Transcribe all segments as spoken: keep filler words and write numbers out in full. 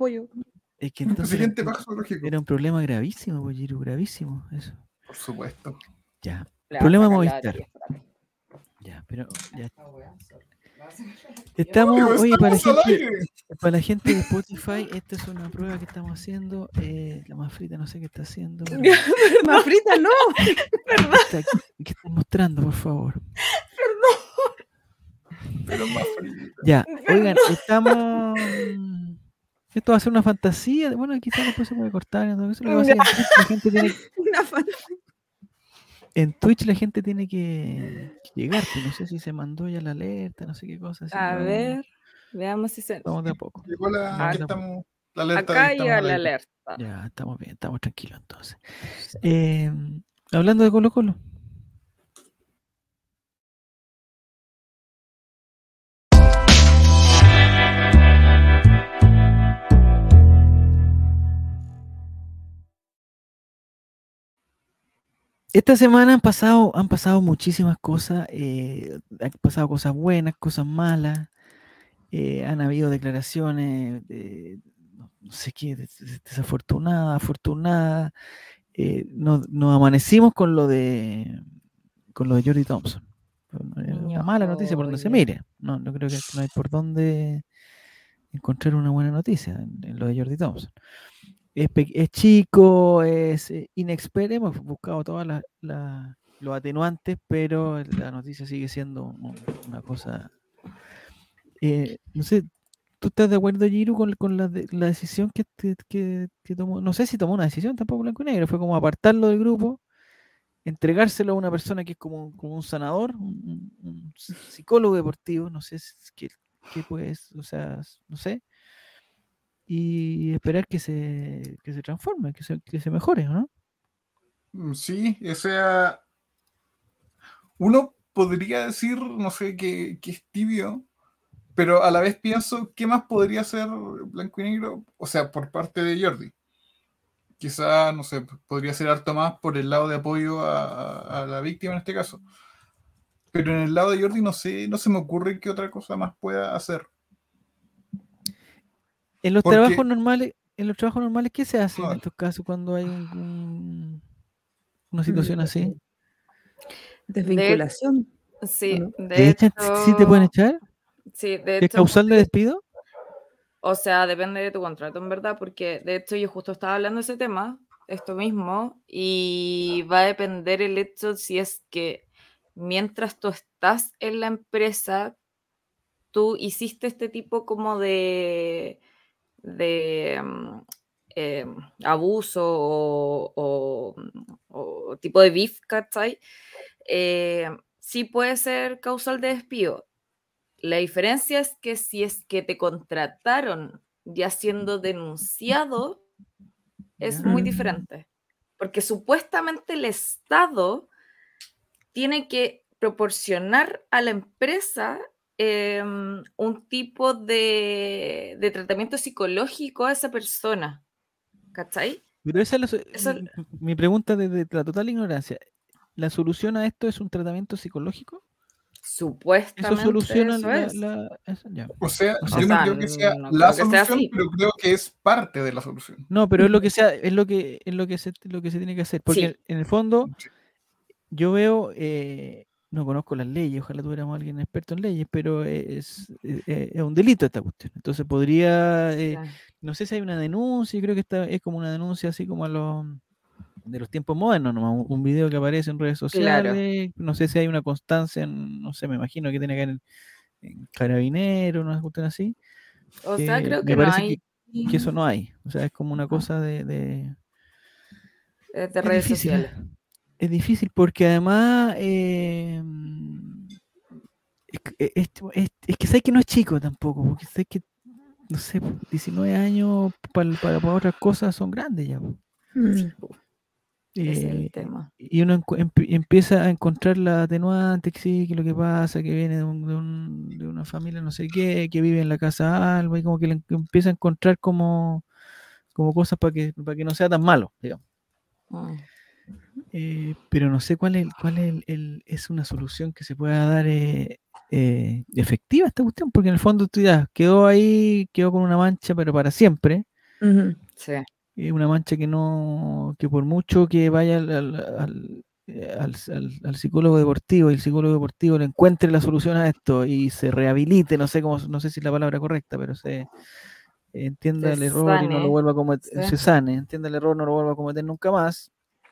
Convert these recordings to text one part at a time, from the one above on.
apoyo. Es que entonces era, Siguiente paso lógico. era un problema gravísimo, pues, Giru, gravísimo, eso. Por supuesto. Ya. Le va a Problema sacar la Movistar. batería, espérate. Ya, pero ya. Ah, weón, sorry. Le va a sacar la batería. Estamos, Amigo, oye, para la estamos al gente, aire. para la gente de Spotify, esta es una prueba que estamos haciendo. Eh, la más frita no sé qué está haciendo. pero- Más frita, no. ¿Qué está, qué está mostrando, por favor? Pero más frío. Ya, oigan, estamos. Esto va a ser una fantasía. Bueno, quizás después se puede cortar. ¿No? Eso es lo que va a hacer en Twitch. La gente tiene, Una fan- en Twitch la gente tiene que, que llegar. Pues no sé si se mandó ya la alerta, no sé qué cosa. así A que vamos- ver, veamos si se. Vamos de a poco. Llegó la, Vamos que de a poco. estamos, la alerta de Acá que estamos llega al la aire. alerta. Ya, estamos bien, estamos tranquilos entonces. Eh, hablando de Colo Colo. Esta semana han pasado, han pasado muchísimas cosas, eh, han pasado cosas buenas, cosas malas, eh, han habido declaraciones, de, no, no sé qué, des- des- desafortunadas, afortunadas. Eh, nos, nos amanecimos con lo de con lo de Jordi Thompson. Una mala noticia por donde se Joya. mire. No, no creo que no hay por dónde encontrar una buena noticia en, en lo de Jordi Thompson. Es, pe- es chico, es eh, inexperto, hemos buscado todos los atenuantes, pero la noticia sigue siendo un- una cosa. eh, no sé, ¿tú estás de acuerdo, Giru, con, con la, de- la decisión que, que- que- que tomó? No sé si tomó una decisión tampoco blanco y negro, fue como apartarlo del grupo, entregárselo a una persona que es como, un- como un sanador, un, un- un psicólogo deportivo, no sé si- qué, qué pues, o sea, no sé, y esperar que se, que se transforme, que se, que se mejore, ¿no? Mm, Sí, o sea, uno podría decir, no sé, que, que es tibio, pero a la vez pienso, ¿qué más podría hacer Blanco y Negro? O sea, por parte de Jordi. Quizá, no sé, podría ser harto más por el lado de apoyo a, a- a la víctima en este caso. Pero en el lado de Jordi no sé, no se me ocurre qué otra cosa más pueda hacer. En los Porque- trabajos normales, en los trabajos normales, ¿qué se hace en Vale. estos casos cuando hay un- un- una situación así? Desvinculación. Sí, ¿o no? de ¿Te echan? hecho. ¿Sí te pueden echar? Sí, de ¿Es hecho. causal de despido? O sea, depende de tu contrato, en verdad, porque de hecho yo justo estaba hablando de ese tema, esto mismo, y va a depender el hecho si es que mientras tú estás en la empresa, tú hiciste este tipo como de, de mm, eh, abuso o, o- o tipo de beef, ¿cachai? Eh, sí puede ser causal de despido. La diferencia es que si es que te contrataron ya siendo denunciado, es Ya. muy Mm. diferente. Porque supuestamente el Estado tiene que proporcionar a la empresa eh, un tipo de, de tratamiento psicológico a esa persona. ¿Cachai? Pero esa es la, so- Eso- mi, mi pregunta desde la total ignorancia. ¿La solución a esto es un tratamiento psicológico? ¿Eso Supuestamente soluciona eso la, es. la- eso? Ya. O sea, O yo sea, no sea, creo que sea no la creo que sea solución, así. pero creo que es parte de la solución. No, pero es lo que sea, es lo que es lo que se, lo que se tiene que hacer. Porque Sí. en el fondo Sí. yo veo, eh, no conozco las leyes, ojalá tuviéramos a alguien experto en leyes, pero es, es, es un delito esta cuestión. Entonces podría, eh, Ya. no sé si hay una denuncia, yo creo que esta es como una denuncia así como a los de los tiempos modernos, nomás, un, un video que aparece en redes Claro. sociales, no sé si hay una constancia, en- no sé, me imagino que tiene que haber en, en Carabineros, una cuestión así. O sea, Eh, creo me que no parece hay. que, que eso no hay, o sea, es como una cosa de... de- eh, de es redes difícil, sociales. ¿eh? Es difícil porque además eh, es, que- es, es- es que sé que no es chico tampoco, porque sé que, no sé, po, diecinueve años para, para, para otras cosas son grandes ya. Po. Mm. Ese es el Eh, tema. y uno encu- empi- empieza a encontrar la atenuante, que sí, que lo que pasa, que viene de, un- de un- de una familia no sé qué, que vive en la casa Alba, y como que le em- empieza a encontrar como, como cosas para que, para que no sea tan malo, digamos. Mm. Eh, pero no sé cuál es, cuál es, el- el- es una solución que se pueda dar eh, eh, efectiva a esta cuestión, porque en el fondo tú ya quedó ahí, quedó con una mancha, pero para siempre. Uh-huh. Sí. Es una mancha que no, que por mucho que vaya al, al, al, al, al, al psicólogo deportivo y el psicólogo deportivo le encuentre la solución a esto y se rehabilite, no sé cómo, no sé si es la palabra correcta, pero se entienda se el error sane, y no lo vuelva a cometer, sí. se sane, entienda el error, no lo vuelva a cometer nunca más,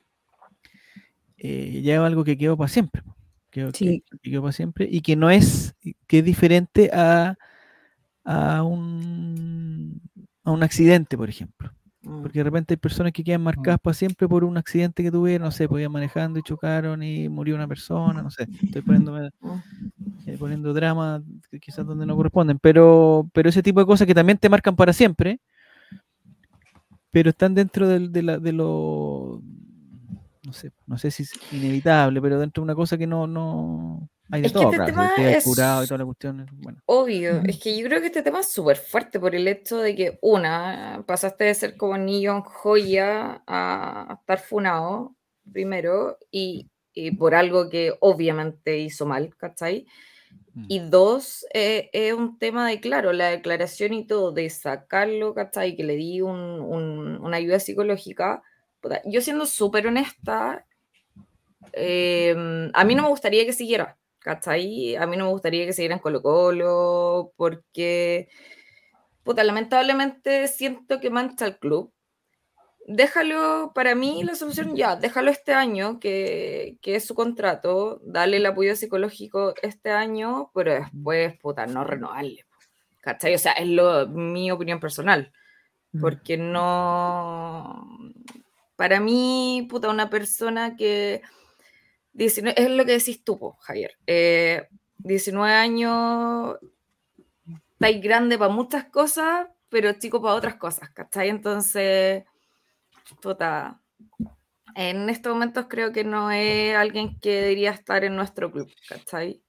eh, ya es algo que quedó para siempre, que, sí. que, que quedó para siempre y que no es, que es diferente a, a un a un accidente, por ejemplo. Porque de repente hay personas que quedan marcadas para siempre por un accidente que tuvieron, no sé, pues iban manejando y chocaron y murió una persona, no sé, estoy poniéndome, eh, poniendo drama quizás donde no corresponden, pero, pero ese tipo de cosas que también te marcan para siempre, pero están dentro de, de, la, de lo, no sé, no sé si es inevitable, pero dentro de una cosa que no, no hay de es todo, que este claro, tema es curado y toda la cuestión, bueno. Obvio, uh-huh. Es que yo creo que este tema es súper fuerte por el hecho de que, una, pasaste de ser como niño en joya a estar funado, primero, y, y por algo que obviamente hizo mal, ¿cachai? Uh-huh. Y dos, eh, es un tema de, claro, la declaración y todo, de sacarlo, ¿cachai? Que le di un, un, una ayuda psicológica. Yo siendo súper honesta, eh, a mí no me gustaría que siguiera. ¿Cachai? A mí no me gustaría que siguieran Colo Colo porque, puta, lamentablemente siento que mancha el club. Déjalo, para mí la solución ya, déjalo este año, que, que es su contrato, dale el apoyo psicológico este año, pero después, puta, no renovarle. ¿Cachai? O sea, es lo, mi opinión personal, porque no... Para mí, puta, una persona que... diecinueve, es lo que decís tú, po, Javier. Eh, diecinueve años, estáis grande para muchas cosas, pero chico para otras cosas, ¿cachai? Entonces, puta, en estos momentos creo que no es alguien que debería estar en nuestro club, ¿cachai?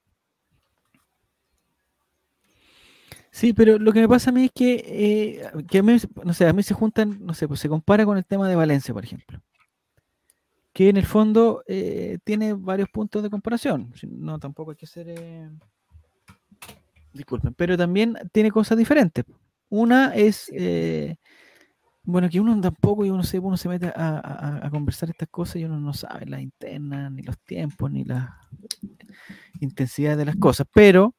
Sí, pero lo que me pasa a mí es que, eh, que a mí, no sé, a mí se juntan, no sé, pues se compara con el tema de Valencia, por ejemplo. Que en el fondo eh, tiene varios puntos de comparación. No, tampoco hay que ser... Eh... Disculpen, pero también tiene cosas diferentes. Una es, eh, bueno, que uno tampoco, y uno se, uno se mete a, a, a conversar estas cosas y uno no sabe las internas, ni los tiempos, ni la intensidad de las cosas. Pero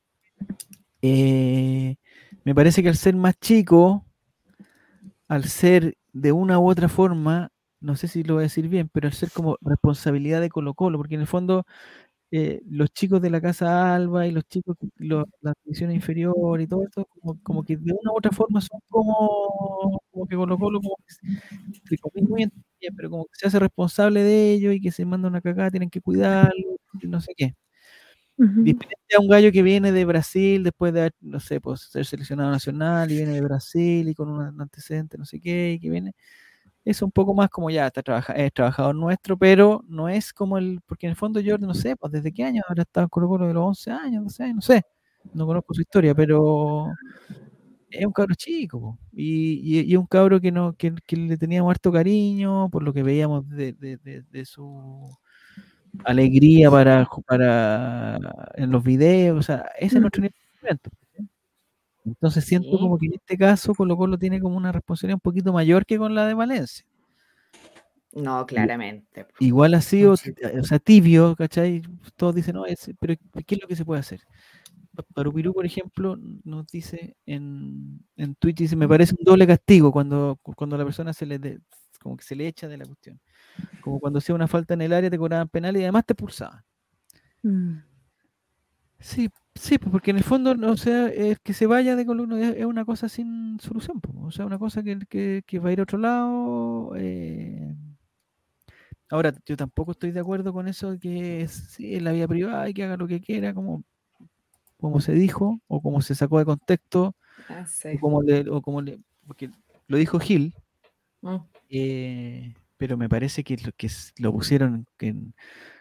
eh, me parece que al ser más chico, al ser de una u otra forma, no sé si lo voy a decir bien, pero al ser como responsabilidad de Colo Colo, porque en el fondo eh, los chicos de la Casa Alba y los chicos de la división inferior y todo esto, como, como que de una u otra forma son como, como que Colo Colo, como que, muy bien, pero como que se hace responsable de ellos y que se manda una cagada, tienen que cuidarlo, y no sé qué. Uh-huh. Diferente a un gallo que viene de Brasil después de, no sé, pues ser seleccionado nacional y viene de Brasil y con un antecedente, no sé qué, y que viene, es un poco más como ya, está trabaja, es trabajador nuestro, pero no es como el, porque en el fondo yo no sé, pues desde qué año habrá estado en Colo Colo, de los once años, doce años, no sé, no conozco su historia, pero es un cabro chico, y, y, y un cabro que, no, que, que le teníamos harto cariño, por lo que veíamos de, de, de, de su alegría para, para en los videos, o sea, ese es nuestro nivel. Entonces siento sí. como que en este caso Colo Colo tiene como una responsabilidad un poquito mayor que con la de Valencia. No, claramente. Igual ha sido, o sea, tibio, ¿cachai? Todos dicen, no, es, pero ¿qué es lo que se puede hacer? Parupirú, por ejemplo, nos dice en, en Twitch, dice, me parece un doble castigo cuando, cuando la persona se le de, como que se le echa de la cuestión. Como cuando hacía una falta en el área te cobraban penal y además te pulsaban. Mm. Sí, sí, porque en el fondo, o sea, es que se vaya de Colo es, es una cosa sin solución, o sea, una cosa que, que, que va a ir a otro lado. Eh... Ahora, yo tampoco estoy de acuerdo con eso de que sí, en la vida privada y que haga lo que quiera, como, como se dijo, o como se sacó de contexto, ah, sí. o como le, o como le, porque lo dijo Gil, mm. eh, pero me parece que lo, que lo pusieron en,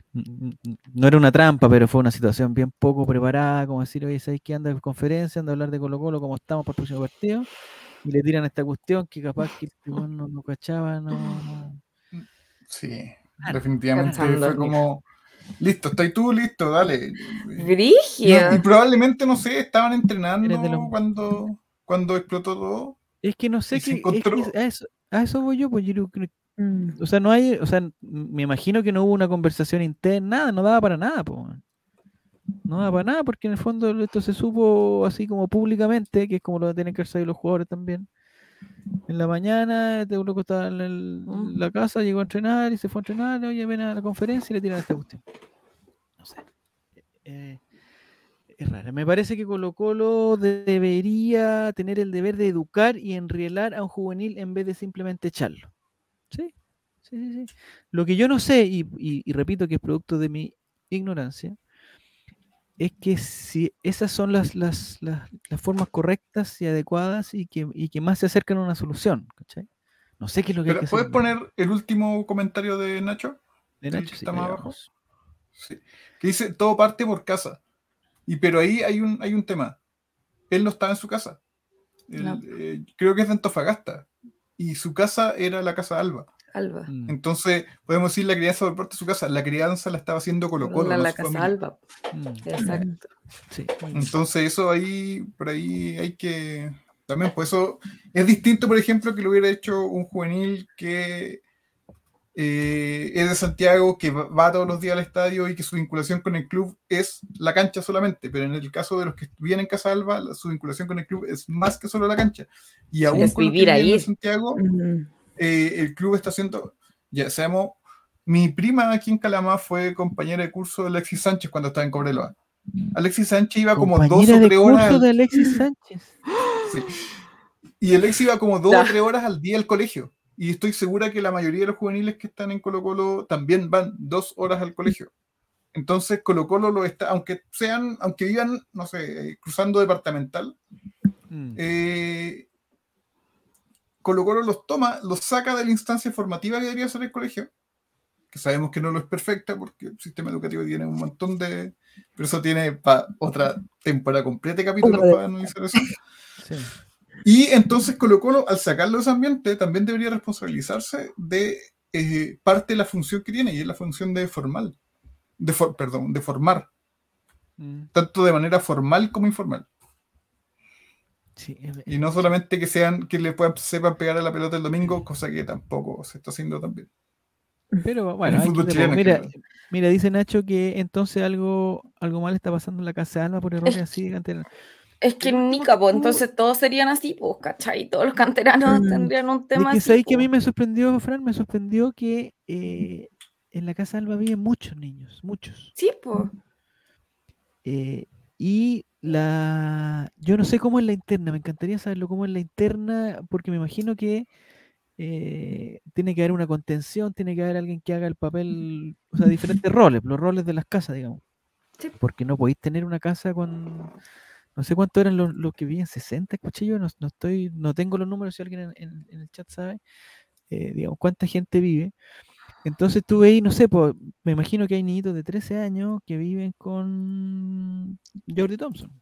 no era una trampa, pero fue una situación bien poco preparada, como decir, oye, ¿sabéis que anda en conferencia, anda a hablar de Colo Colo, cómo estamos para el próximo partido? Y le tiran esta cuestión que capaz que no, no, no cachaba, no... Sí, definitivamente Cachando, fue como, listo, ¿estás tú? Listo, dale. ¡Brigio! Y, y probablemente, no sé, estaban entrenando los... cuando, cuando explotó todo. Es que no sé Y se qué, es encontró- que a eso, a eso voy yo, pues yo creo que- Mm. o sea, no hay, o sea, m- me imagino que no hubo una conversación interna, nada, no daba para nada, pues. No daba para nada, porque en el fondo esto se supo así como públicamente, que es como lo tienen que haber sabido los jugadores también. En la mañana, este loco estaba en el- Mm. la casa, llegó a entrenar y se fue a entrenar, oye, ven a la conferencia y le tiran esta cuestión. No sé. Eh, es raro. Me parece que Colo Colo de- debería tener el deber de educar y enrielar a un juvenil en vez de simplemente echarlo. Sí, sí, sí, sí. Lo que yo no sé, y, y- y repito que es producto de mi ignorancia, es que si esas son las, las, las, las formas correctas y adecuadas y que, y que más se acercan a una solución, ¿cachai? No sé qué es lo que hay que Pero, hacer. ¿puedes poner el último comentario de Nacho? De El Nacho, que sí, está ahí más abajo. vamos. Sí. Que dice, todo parte por casa. Y pero ahí hay un, hay un tema. Él no estaba en su casa. Él, No. eh, creo que es de Antofagasta. Y su casa era la casa de Alba. Alba. Mm. Entonces, podemos decir la crianza por parte de su casa. La crianza la estaba haciendo Colo Colo, La, no la su casa familia. Alba. Mm. Exacto. Sí. Entonces, eso ahí, por ahí hay que. También, pues eso es distinto, por ejemplo, que lo hubiera hecho un juvenil que eh, es de Santiago, que va, va todos los días al estadio y que su vinculación con el club es la cancha solamente. Pero en el caso de los que vienen en Casa Alba, la- su vinculación con el club es más que solo la cancha. Y aún Es con los que vivir viven ahí. en Santiago, Mm. eh, el club está haciendo. Ya sabemos, mi prima aquí en Calama fue compañera de curso de Alexis Sánchez cuando estaba en Cobreloa. Alexis Sánchez iba como dos Compañera o de tres horas. curso al- de Alexis Sánchez. Sí. Y Alexis iba como dos Ya. o tres horas al día al colegio. Y estoy segura que la mayoría de los juveniles que están en Colo Colo también van dos horas al colegio. Entonces Colo Colo lo está, aunque sean, aunque vivan, no sé, eh, cruzando departamental, Mm. eh, Colo Colo los toma, los saca de la instancia formativa que debería ser el colegio, que sabemos que no lo es perfecta porque el sistema educativo tiene un montón de... Pero eso tiene para otra temporada completa de capítulos para analizar eso. Sí. Y entonces Colo Colo, al sacarlo de ese ambiente, también debería responsabilizarse de eh, parte de la función que tiene, y es la función de formal, de for, perdón, de formar, Mm. tanto de manera formal como informal. Sí, es- Y no solamente que sean, que le puedan, sepan pegar a la pelota el domingo, cosa que tampoco se está haciendo tan bien. Pero En bueno, el hay que fútbol ir de chileno poco. en Mira, general. mira, dice Nacho que entonces algo, algo mal está pasando en la casa de Alba por errores Es- así de cantera. Es que El último ni que capo, tuvo- entonces todos serían así, pues, ¿cachai? Todos los canteranos Mm. tendrían un Es tema que así, sabéis que a mí pues. me sorprendió, Fran, me sorprendió que eh, en la casa de Alba viven muchos niños, muchos. Sí, pues. Eh, y la, yo no sé cómo es la interna, me encantaría saberlo cómo es la interna, porque me imagino que eh, tiene que haber una contención, tiene que haber alguien que haga el papel, o sea, diferentes roles, los roles de las casas, digamos. Sí. Porque no podéis tener una casa con, no sé cuánto eran los, los que vivían, sesenta, escuché yo, no, no estoy, no tengo los números, si alguien en, en- en el chat sabe, eh, digamos, cuánta gente vive. Entonces tú veis, no sé, pues, me imagino que hay niñitos de trece años que viven con Jordi Thompson.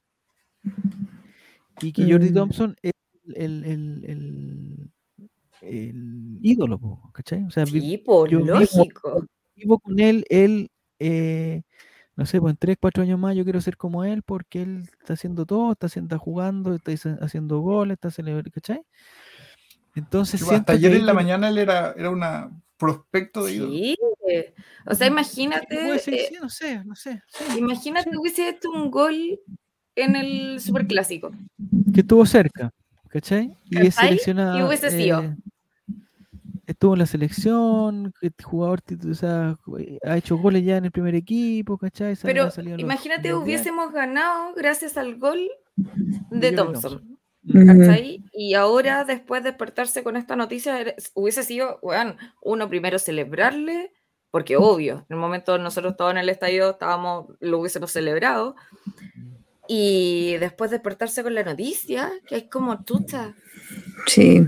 Y que Jordi Mm. Thompson es el, el, el, el ídolo, po, ¿cachai? O sea, vi- Sí, pues, yo vivo, lógico. vivo con él, él, eh, no sé, pues en tres, cuatro años más yo quiero ser como él porque él está haciendo todo, está, haciendo, está jugando, está hizo- haciendo goles, está celebrando, ¿cachai? Entonces Chupa, hasta siento que ayer ahí en la yo no- mañana él era, era una prospecto de ídolo. Sí. eh, O sea, sí, puede imagínate, ser, eh, sí, no sé, no sé, sí, imagínate sí, que hubiese hecho un gol en el Superclásico, que estuvo cerca, ¿cachai? Y es ¿cachai? Y seleccionado, hubiese eh, sido. estuvo en la selección, el jugador, titu- o sea, eh, ha hecho goles ya en el primer equipo, ¿cachai? Sale- Pero ha salido en los, en imagínate, los diarios hubiésemos ganado gracias al gol de de Jordi Thompson. Thompson. Mm. ¿Cachai? Y ahora, después de despertarse con esta noticia, era- hubiese sido, weón, uno primero celebrarle, porque obvio, en el momento nosotros todos en el estadio estábamos, lo hubiésemos celebrado, y después despertarse con la noticia, que es como chucha, Sí.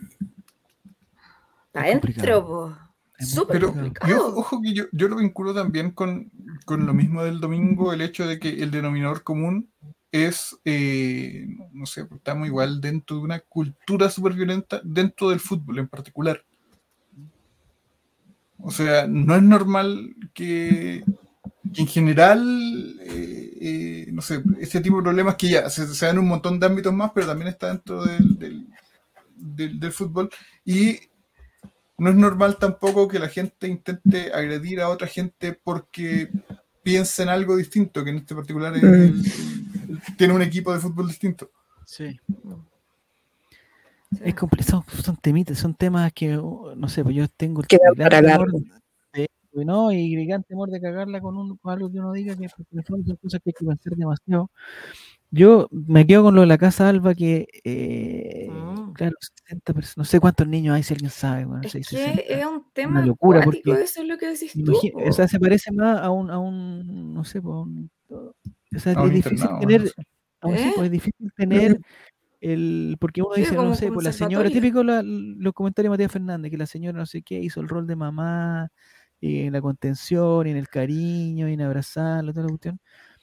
está Es complicado. adentro, po. Es muy Súper Pero complicado. yo, complicado. ojo que yo, yo lo vinculo también con, con lo mismo del domingo, el hecho de que el denominador común es, eh, no sé, estamos igual dentro de una cultura súper violenta dentro del fútbol en particular. O sea, no es normal que, que en general, eh, eh, no sé, este tipo de problemas que ya se, se dan en un montón de ámbitos más, pero también está dentro del, del, del, del fútbol, y no es normal tampoco que la gente intente agredir a otra gente porque piensa en algo distinto, que en este particular es Mm. el- el- tiene un equipo de fútbol distinto. Sí. Sí. Es compl- son, son temitas, son temas que, uh, no sé, pues yo tengo el, Queda el gran para temor largo. de, ¿no? Y el gran temor de cagarla con, un, con algo que uno diga que porque en el fondo son cosas que hay que pensar demasiado. Yo me quedo con lo de la Casa Alba que, eh, Mm. claro, sesenta personas, no sé cuántos niños hay, si alguien sabe, bueno, Es si hay que sesenta, es un una tema locura, acuático, porque eso es lo que decís tú. imagi- o po. sea, se parece más a un, a un no sé, pues, a un- o sea, A un es difícil internado, tener, no sé. aún sí, ¿Eh? pues es difícil tener el, porque uno Sí, dice, no como sé, pues la señora, conservatorio. típico la- los comentarios de Matías Fernández, que la señora no sé qué hizo el rol de mamá, y en la contención, y en el cariño, y en abrazarlo, toda la cuestión.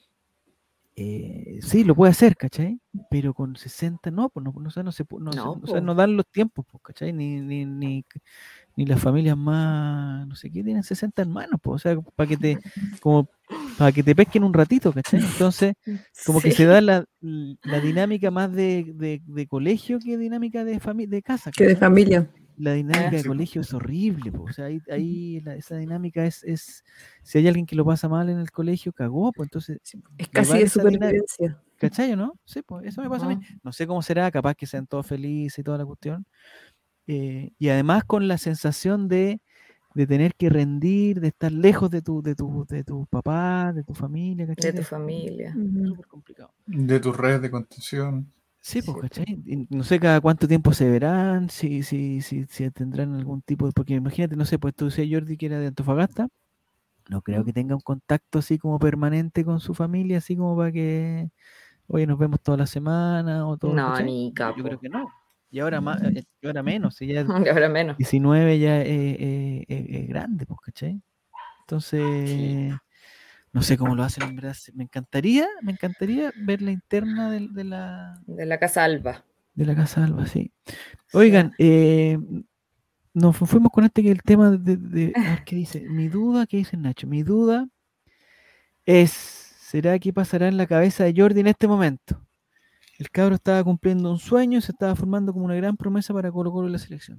Eh, sí, lo puede hacer, ¿cachai? Pero con sesenta no, pues no, no, o sea, no se pu- no, se- No, o sea, po. no dan los tiempos, pues, ¿cachai? Ni, ni, ni, ni las familias más, no sé qué, tienen sesenta hermanos, pues, o sea, para que te, como, para que te pesquen un ratito, ¿cachai? Entonces, como que se Sí. da la, la dinámica más de, de, de colegio que dinámica de familia, de casa, Que de ¿cachai? familia. La dinámica Eh. de Sí, colegio es horrible, po. O sea, ahí, ahí la- esa dinámica es, es, si hay alguien que lo pasa mal en el colegio, cagó, pues entonces Es casi llevar de esa dinámica, supervivencia. ¿cachai o no? Sí, pues eso me pasa a mí. Ujú. No sé cómo será, capaz que sean todos felices y toda la cuestión. Eh, y además con la sensación de, de tener que rendir, de estar lejos de tu, de tu, de tu papá, de tu familia, ¿cachai? De tu Es familia. Ujú. súper complicado. De tus redes de contención. Sí, pues, Sí, po. ¿cachai? Y no sé cada cuánto tiempo se verán, si, si, si, si tendrán algún tipo de... Porque imagínate, no sé, pues tú decías Jordi que era de Antofagasta, no creo Mm. que tenga un contacto así como permanente con su familia, así como para que, oye, nos vemos toda la semana o todo, No, ¿cachai? ni Yo, yo creo capo. que no. Y ahora más, eh, y ahora menos, si ya Y ahora menos. diecinueve ya es, es- es- es grande, pues, ¿cachai? Sí. Entonces, no sé cómo lo hacen, en verdad. Me encantaría, me encantaría ver la interna de, de la, De la Casa Alba. de la Casa Alba, sí. Sí. Oigan, eh, nos fu- fuimos con este que el tema de, de- a ver qué dice. Mi duda, ¿qué dice Nacho? Mi duda es, ¿será qué pasará en la cabeza de Jordi en este momento? El cabro estaba cumpliendo un sueño, se estaba formando como una gran promesa para Colo Colo en la selección.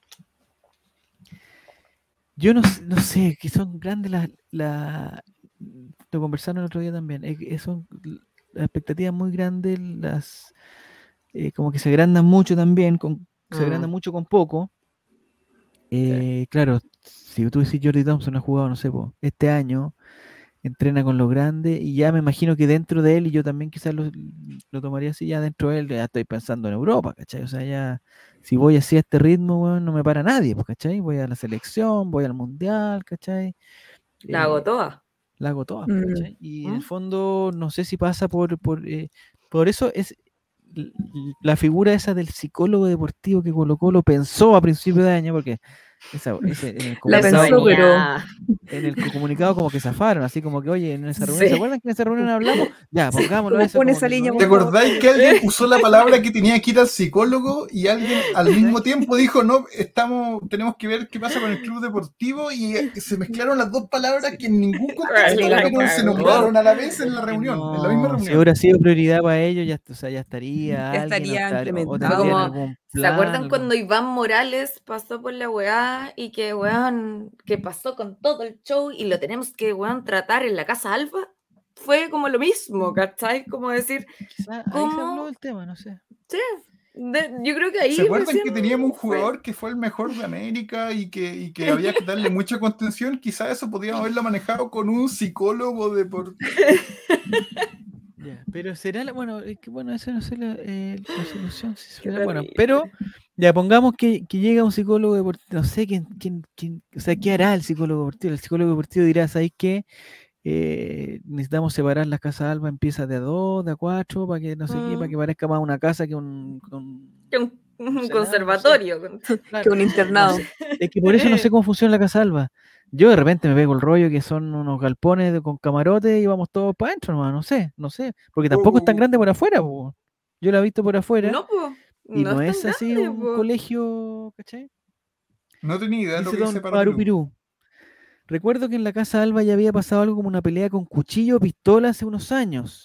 Yo no, s- no sé, que son grandes las... La, lo conversaron el otro día también, es que son las expectativas muy grandes, las eh, como que se agrandan mucho también, con, se agrandan Mm. mucho con poco. Sí. Eh, claro, si tú decís Jordi Thompson ha jugado, no sé, po, este año, entrena con los grandes y ya me imagino que dentro de él, y yo también quizás lo, lo tomaría así, ya dentro de él, ya estoy pensando en Europa, ¿cachai? O sea, ya si voy así a este ritmo, weón, no me para nadie, pues, ¿cachai? Voy a la selección, voy al mundial, ¿cachai? La hago Eh, toda. la hago todas, Mm. ¿cachai? Y en el ¿Mm? fondo, no sé si pasa por, por, eh, por eso es l- l- la figura esa del psicólogo deportivo que Colo Colo pensó a principio de año, porque esa, ese, en el La Eso comunicado, pensó, como, pero venía. en el co- comunicado como que zafaron, así como que, oye, en esa reunión, ¿se Sí. acuerdan que en esa reunión hablamos? Ya, Sí. pongámoslo como eso, pone como esa que línea, con ¿Te por eso, favor. acordáis que alguien usó la palabra que tenía que ir al psicólogo y alguien al mismo tiempo dijo, no, estamos, tenemos que ver qué pasa con el club deportivo y eh, se mezclaron las dos palabras que en ningún contexto Vale, la fueron- se cagó. nombraron a la vez en la que reunión, en la misma no, si reunión? hubiera sido prioridad para ellos, ya, o sea, ya estaría Ya alguien, o, estaría estar- o- o implementado. Fue tendrían como, algún ¿se plan, acuerdan algún... cuando Iván Morales pasó por la weá y que weón, que pasó con todo el show y lo tenemos que weón tratar en la Casa Alba? Fue como lo mismo, ¿cachai? Como decir, Quizá ahí se habló ¿cómo? del tema, no sé. Sí, de- yo creo que ¿Se ahí acuerdan recién que teníamos un fue. jugador que fue el mejor de América y que, y que había que darle mucha contención? Quizás eso podríamos haberlo manejado con un psicólogo de por... Ya, pero será la, bueno, es que bueno, esa no sé la, eh, la solución, si Qué será, bueno, terrible. pero ya pongamos que, que llega un psicólogo deportivo, no sé quién, quién, quién, o sea, ¿qué hará el psicólogo deportivo? El psicólogo deportivo dirá, ¿sabéis qué? Eh, necesitamos separar las casas Alba en piezas de a dos, de a cuatro, para que no sé qué, para Mm, que parezca más una casa que un, con que un, un un cenar, no sé. conservatorio. con- Que Claro, un no internado. sé. Es que por eso no sé cómo funciona la Casa Alba. Yo de repente me pego el rollo que son unos galpones de- con camarotes y vamos todos para adentro nomás, no sé, no sé. Porque tampoco es tan grande por afuera, po. Yo la he visto por afuera No, pues, y no no es tan es así grande, un pues. colegio, ¿cachai? No tenía idea de lo Dice que dice don Paro Paru Pirú. Pirú. Recuerdo que en la Casa Alba ya había pasado algo como una pelea con cuchillo o pistola hace unos años.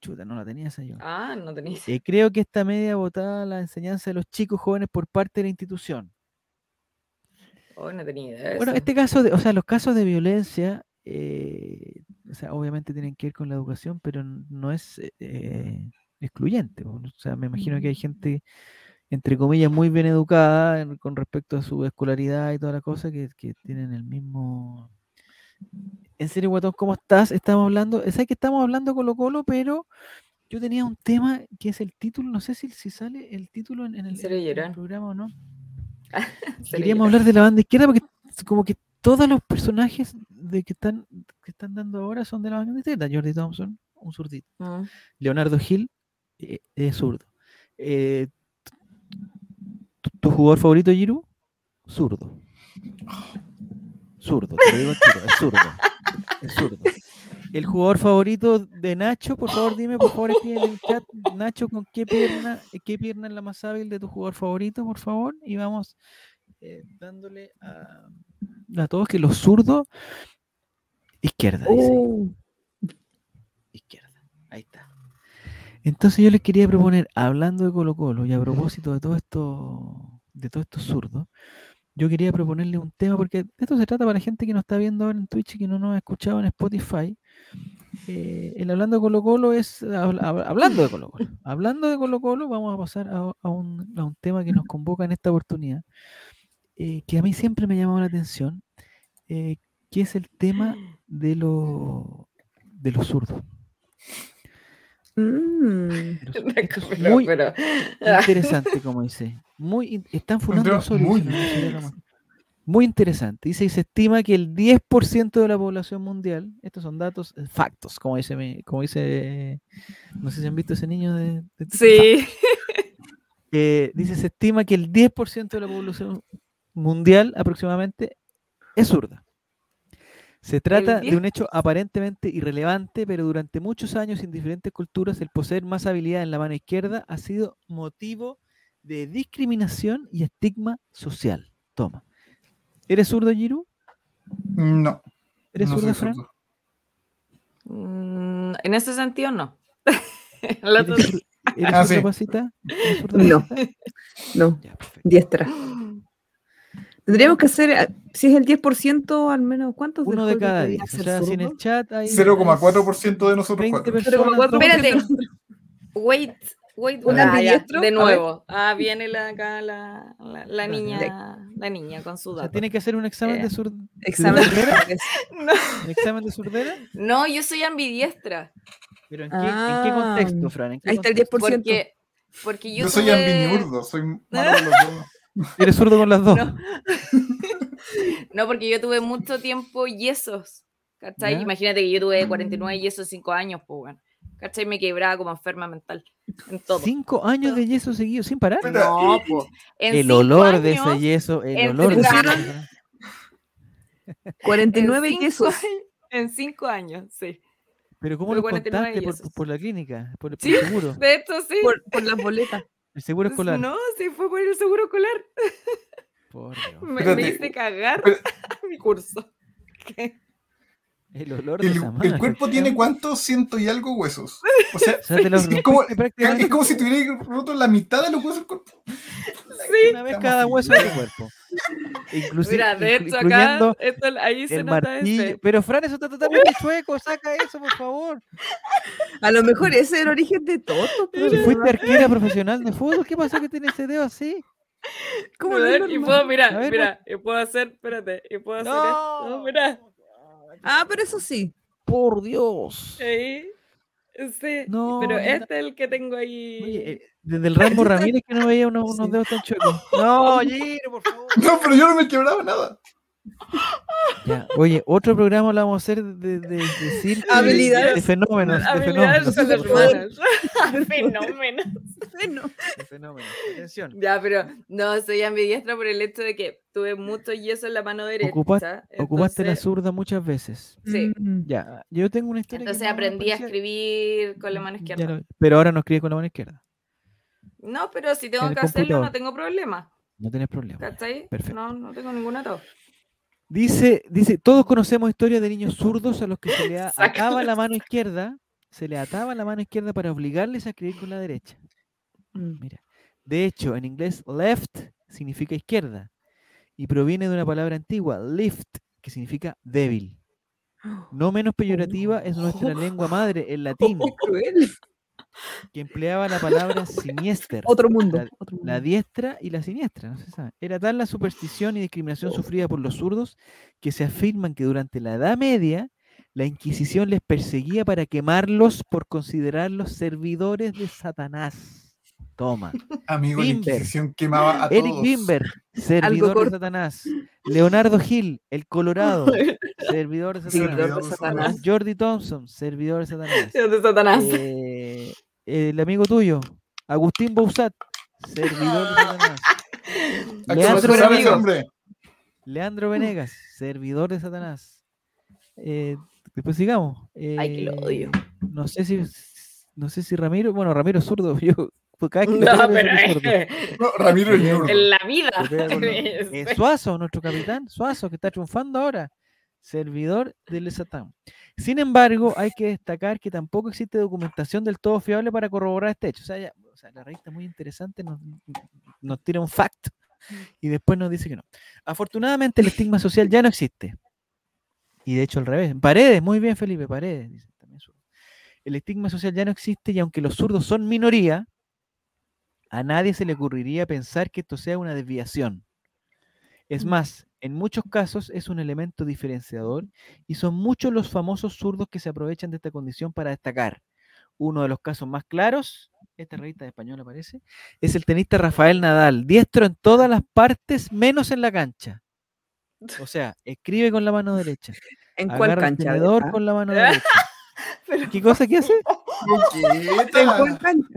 chuta, no la tenía esa yo. Ah, no tenéis. Eh, creo que esta media botada la enseñanza de los chicos jóvenes por parte de la institución. Oh, no tenía idea de Bueno, eso. este caso, de, o sea, los casos de violencia, eh, o sea, obviamente tienen que ver con la educación, pero n- no es eh, excluyente. po. O sea, me imagino que hay gente, entre comillas, muy bien educada en- con respecto a su escolaridad y toda la cosa, que, que tienen el mismo... En serio, Guatón, ¿cómo estás? Estamos hablando, sé que estamos hablando Colo Colo, pero yo tenía un tema que es el título, no sé si, si sale el título en, en el, en serio, el- en el Llorón? programa o no. Serio, Queríamos Llorón. hablar de la banda izquierda porque como que todos los personajes de que están que están dando ahora son de la banda izquierda. Jordi Thompson, un zurdito. Mm. Leonardo Gil, eh, es zurdo. Eh, tu, tu jugador favorito, Giroud, zurdo. Zurdo, te lo digo al tiro, es zurdo. Es zurdo. El jugador favorito de Nacho, por favor, dime, por favor, escribe en el chat, Nacho, ¿con qué pierna, qué pierna es la más hábil de tu jugador favorito, por favor? Y vamos eh, dándole a, a todos que los zurdos, izquierda, dice. ahí. Oh, Izquierda, ahí está. Entonces yo les quería proponer, hablando de Colo Colo y a propósito de todo esto, de todos estos zurdos, yo quería proponerle un tema, porque de esto se trata para la gente que nos está viendo ahora en Twitch y que no nos ha escuchado en Spotify. Eh, el hablando de Colo Colo es hab- hab- hablando de Colo Colo. Hablando de Colo Colo, vamos a pasar a, a un, a un tema que nos convoca en esta oportunidad, eh, que a mí siempre me ha llamado la atención, eh, que es el tema de, lo, de los zurdos. mm. de los zurdos. Esto es Pero, muy pero- interesante, como dice. Muy in- están funando tema a Osorio, muy dicen, eso ya lo más- muy interesante. Dice, y se estima que el diez por ciento de la población mundial, estos son datos, eh, factos, como dice, mi- como dice, no sé si han visto ese niño de... de- Sí. eh, dice, se estima que el diez por ciento de la población mundial aproximadamente es zurda. Se trata de un hecho aparentemente irrelevante, pero durante muchos años en diferentes culturas el poseer más habilidad en la mano izquierda ha sido motivo de discriminación y estigma social. Toma. ¿Eres zurdo, Giru? No, ¿Eres no zurda, soy Fran? zurdo. Mm, en ese sentido, no. La ¿Eres, otra- zur- eres Ah, zurda, sí. Pasita? ¿Eres zurda, No. Pasita? No, Ya, perfecto. diestra. Tendríamos que hacer, eh, si es el diez por ciento, al menos, ¿cuántos Uno del de cada juego diez. deberían O ser sea, si en el zurdos? chat hay cero coma cuatro por ciento de nosotros veinte cuatro. cero coma personas. cuatro por ciento. Espérate. Wait, wait. ¿Un ah, ya, ambidiestro? de A ver. nuevo. Ah, viene la, acá la, la, la Dale, niña, la niña con su O sea, dato. tiene que hacer un examen Eh, de, sur... Examen de de surdera. No, ¿Un examen de surdera? no, yo soy ambidiestra. ¿Pero en qué, en qué Ah, contexto, Fran? ¿En qué ahí está el diez por ciento. Porque, porque yo, Yo soy tuve- ambiñurdo, soy malo con los dos. ¿Eres zurdo con las dos? No. No, porque yo tuve mucho tiempo yesos. ¿Cachai? ¿Ya? Imagínate que yo tuve cuarenta y nueve yesos, cinco años, pues bueno. ¿Cachai? Me quebraba como enferma mental. En todo. Cinco años de yeso seguido sin parar. Espera, No, pues. En El cinco olor de años, ese yeso, el en- olor te de ese pusieron- yeso. cuarenta y nueve en cinco yesos. años- En cinco años, sí. Pero ¿cómo Tuve lo cuarenta y nueve contaste? ¿Por, yesos. por la clínica? ¿Por, por Sí, el seguro? De hecho, sí. Por, por las boletas. ¿El seguro escolar? No, sí, fue por el seguro escolar. Por Dios. Me, me Espérate. hice cagar Pero- mi curso. ¿Qué? El olor de El, esa mano. el cuerpo tiene cuántos ciento y algo huesos. O sea, O sea, te lo es, como, rompiste prácticamente es como si tuvierais roto la mitad de los huesos del cuerpo. Sí. una vez Estamos cada así, hueso de ya. tu cuerpo. Inclusive, Mira, de inclu- hecho, acá, incluyendo esto, ahí se el nota martillo. ese. Pero Fran, eso está totalmente chueco. Saca eso, por favor. A lo mejor ese es el origen de todo. pero Si de fuiste verdad, arquera profesional de fútbol, ¿qué pasó que tienes ese dedo así? ¿cómo A no es ver, y normal? puedo, mira, A ver, mira, y puedo hacer, espérate, y puedo hacer esto, mira. Ah, pero eso sí. Por Dios. Ahí. Sí, No, pero no, este es el que tengo ahí. Oye, eh, desde el Rambo Ramírez que no veía unos, unos Sí. dedos tan chuecos. No, Giro, por favor. No, pero yo no me quebraba nada. Ya, oye, otro programa lo vamos a hacer de, de, de circo y de- Habilidades. de fenómenos. De Habilidades fenómenos. superhumanas. Fenómenos. Bueno, De fenómenos. Atención. Ya, pero no, soy ambidiestra por el hecho de que tuve mucho yeso en la mano derecha. Ocupaste- Ocupaste la entonces- zurda muchas veces. Sí. mm, Ya, yo tengo una historia. que Entonces más o menos aprendí a parecida. escribir con la mano Ya izquierda. lo- pero ahora no escribe con la mano izquierda. No, pero si tengo En el que hacerlo, computador. no tengo problema. No tienes problema. ¿Cachai? Perfecto. No, no tengo ningún atado. Dice, dice, todos conocemos historias de niños zurdos a los que se le a- Saca acaba la- la mano izquierda, se le ataba la mano izquierda para obligarles a escribir con la derecha. Mm. Mira. De hecho, en inglés, left significa izquierda y proviene de una palabra antigua, lift, que significa débil. No menos peyorativa es nuestra lengua madre, el latín, Qué cruel. que empleaba la palabra siniester, Otro mundo. la, Otro la mundo. diestra y la siniestra, no se sabe. Era tal la superstición y discriminación sufrida por los zurdos que se afirman que durante la Edad Media la Inquisición les perseguía para quemarlos por considerarlos servidores de Satanás. Toma. Amigo, la Bimber. Inquisición quemaba a Eric todos. Bimber, servidor de corto. Satanás. Leonardo Gil, el Colorado, servidor de Satanás. Servidor de Satanás. Jordi Thompson, servidor de Satanás. Dios de Satanás. Eh, el amigo tuyo, Agustín Bousat, servidor de Satanás. ¿A qué Leandro se sabe ese Venegas, hombre? Leandro Venegas, servidor de Satanás. Eh, después sigamos. Ay, que lo odio. Eh, No sé si, no sé si Ramiro, bueno, Ramiro es zurdo, yo pues, cada vez que lo No, veo pero pienso que es zurdo. eh, No, Ramiro es Porque- ñurdo. en la vida. Se pega con lo- Eh, Suazo, nuestro capitán, Suazo, que está triunfando ahora, servidor del Satán. Sin embargo, hay que destacar que tampoco existe documentación del todo fiable para corroborar este hecho. O sea, ya- o sea, la revista muy interesante nos, nos tira un fact y después nos dice que no. Afortunadamente, el estigma social ya no existe. Y de hecho, al revés. Paredes, muy bien, Felipe, Paredes, dice también zurdo. El estigma social ya no existe y aunque los zurdos son minoría, a nadie se le ocurriría pensar que esto sea una desviación. Es Mm. más, en muchos casos es un elemento diferenciador y son muchos los famosos zurdos que se aprovechan de esta condición para destacar. Uno de los casos más claros, esta revista de español aparece, es el tenista Rafael Nadal, diestro en todas las partes menos en la cancha. O sea, escribe con la mano derecha, ¿En cuál agarra el cancha? tenedor ¿verdad? con la mano derecha. Pero- ¿Qué cosa que hace? ¿En Coqueta. cuál cancha?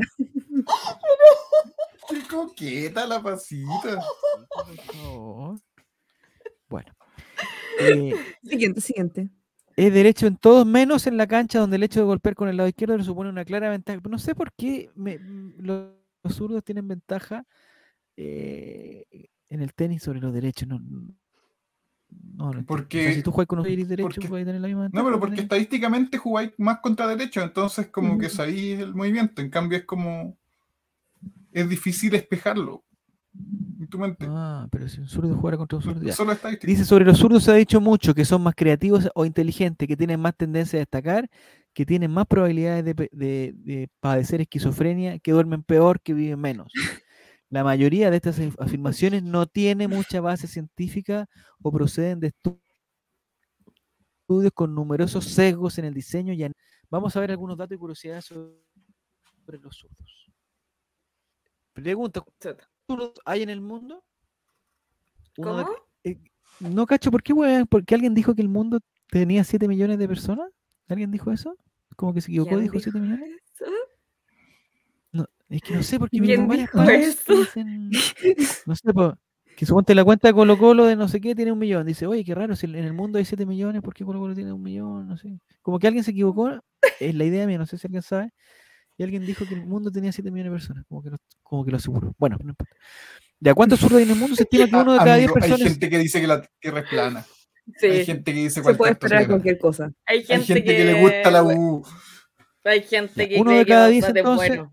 Qué coqueta la pasita. Por favor. Bueno. Eh, Siguiente, siguiente. es derecho en todos menos en la cancha donde el hecho de golpear con el lado izquierdo le supone una clara ventaja. Pero no sé por qué me- m- los, los zurdos tienen ventaja eh, en el tenis sobre los derechos. No, no, no lo entiendo. Porque- O sea, si tú juegas con los iris derechos, porque- vas a tener la misma ventaja. No, pero que porque tenés- estadísticamente jugáis más contra derecho, entonces como que Ujú. sabéis el movimiento. En cambio es como... Es difícil espejarlo en tu mente. Ah, pero si un zurdo jugara contra un zurdo. Ya. Solo estadística. Dice, sobre los zurdos se ha dicho mucho que son más creativos o inteligentes, que tienen más tendencia a destacar, que tienen más probabilidades de, pe- de- de padecer esquizofrenia, que duermen peor, que viven menos. La mayoría de estas af- afirmaciones no tiene mucha base científica o proceden de estu- estudios con numerosos sesgos en el diseño. Y an- Vamos a ver algunos datos y curiosidades sobre los zurdos. Pregunta, ¿cuántos zurdos hay en el mundo? Uno de ¿Cómo? Eh, no cacho, ¿por qué, weón? ¿Porque alguien dijo que el mundo tenía siete millones de personas? ¿Alguien dijo eso? Como que se equivocó, ¿Quién dijo dijo siete millones. eso? No, es que no sé, porque ¿Quién vi varias dijo posts que eso? dicen, no sé, po, que suponte la cuenta de Colo Colo de no sé qué tiene un millón. Dice, oye, qué raro, si en el mundo hay siete millones, ¿por qué Colo Colo tiene un millón? No sé. Como que alguien se equivocó, es la idea mía, no sé si alguien sabe. Y alguien dijo que el mundo tenía siete millones de personas, como que lo, como que lo aseguró. Bueno, no importa. ¿De a cuántos zurdos hay en el mundo? Se estima que uno de Ah, cada diez amigo, hay personas. gente que dice que la Tierra es plana. Sí. Hay gente que dice Se cualquier puede esperar tontera. cualquier cosa. Hay gente, Hay gente que, le gusta la U. Hay gente Ya, que uno cree de que cada Bausat diez, es entonces. bueno.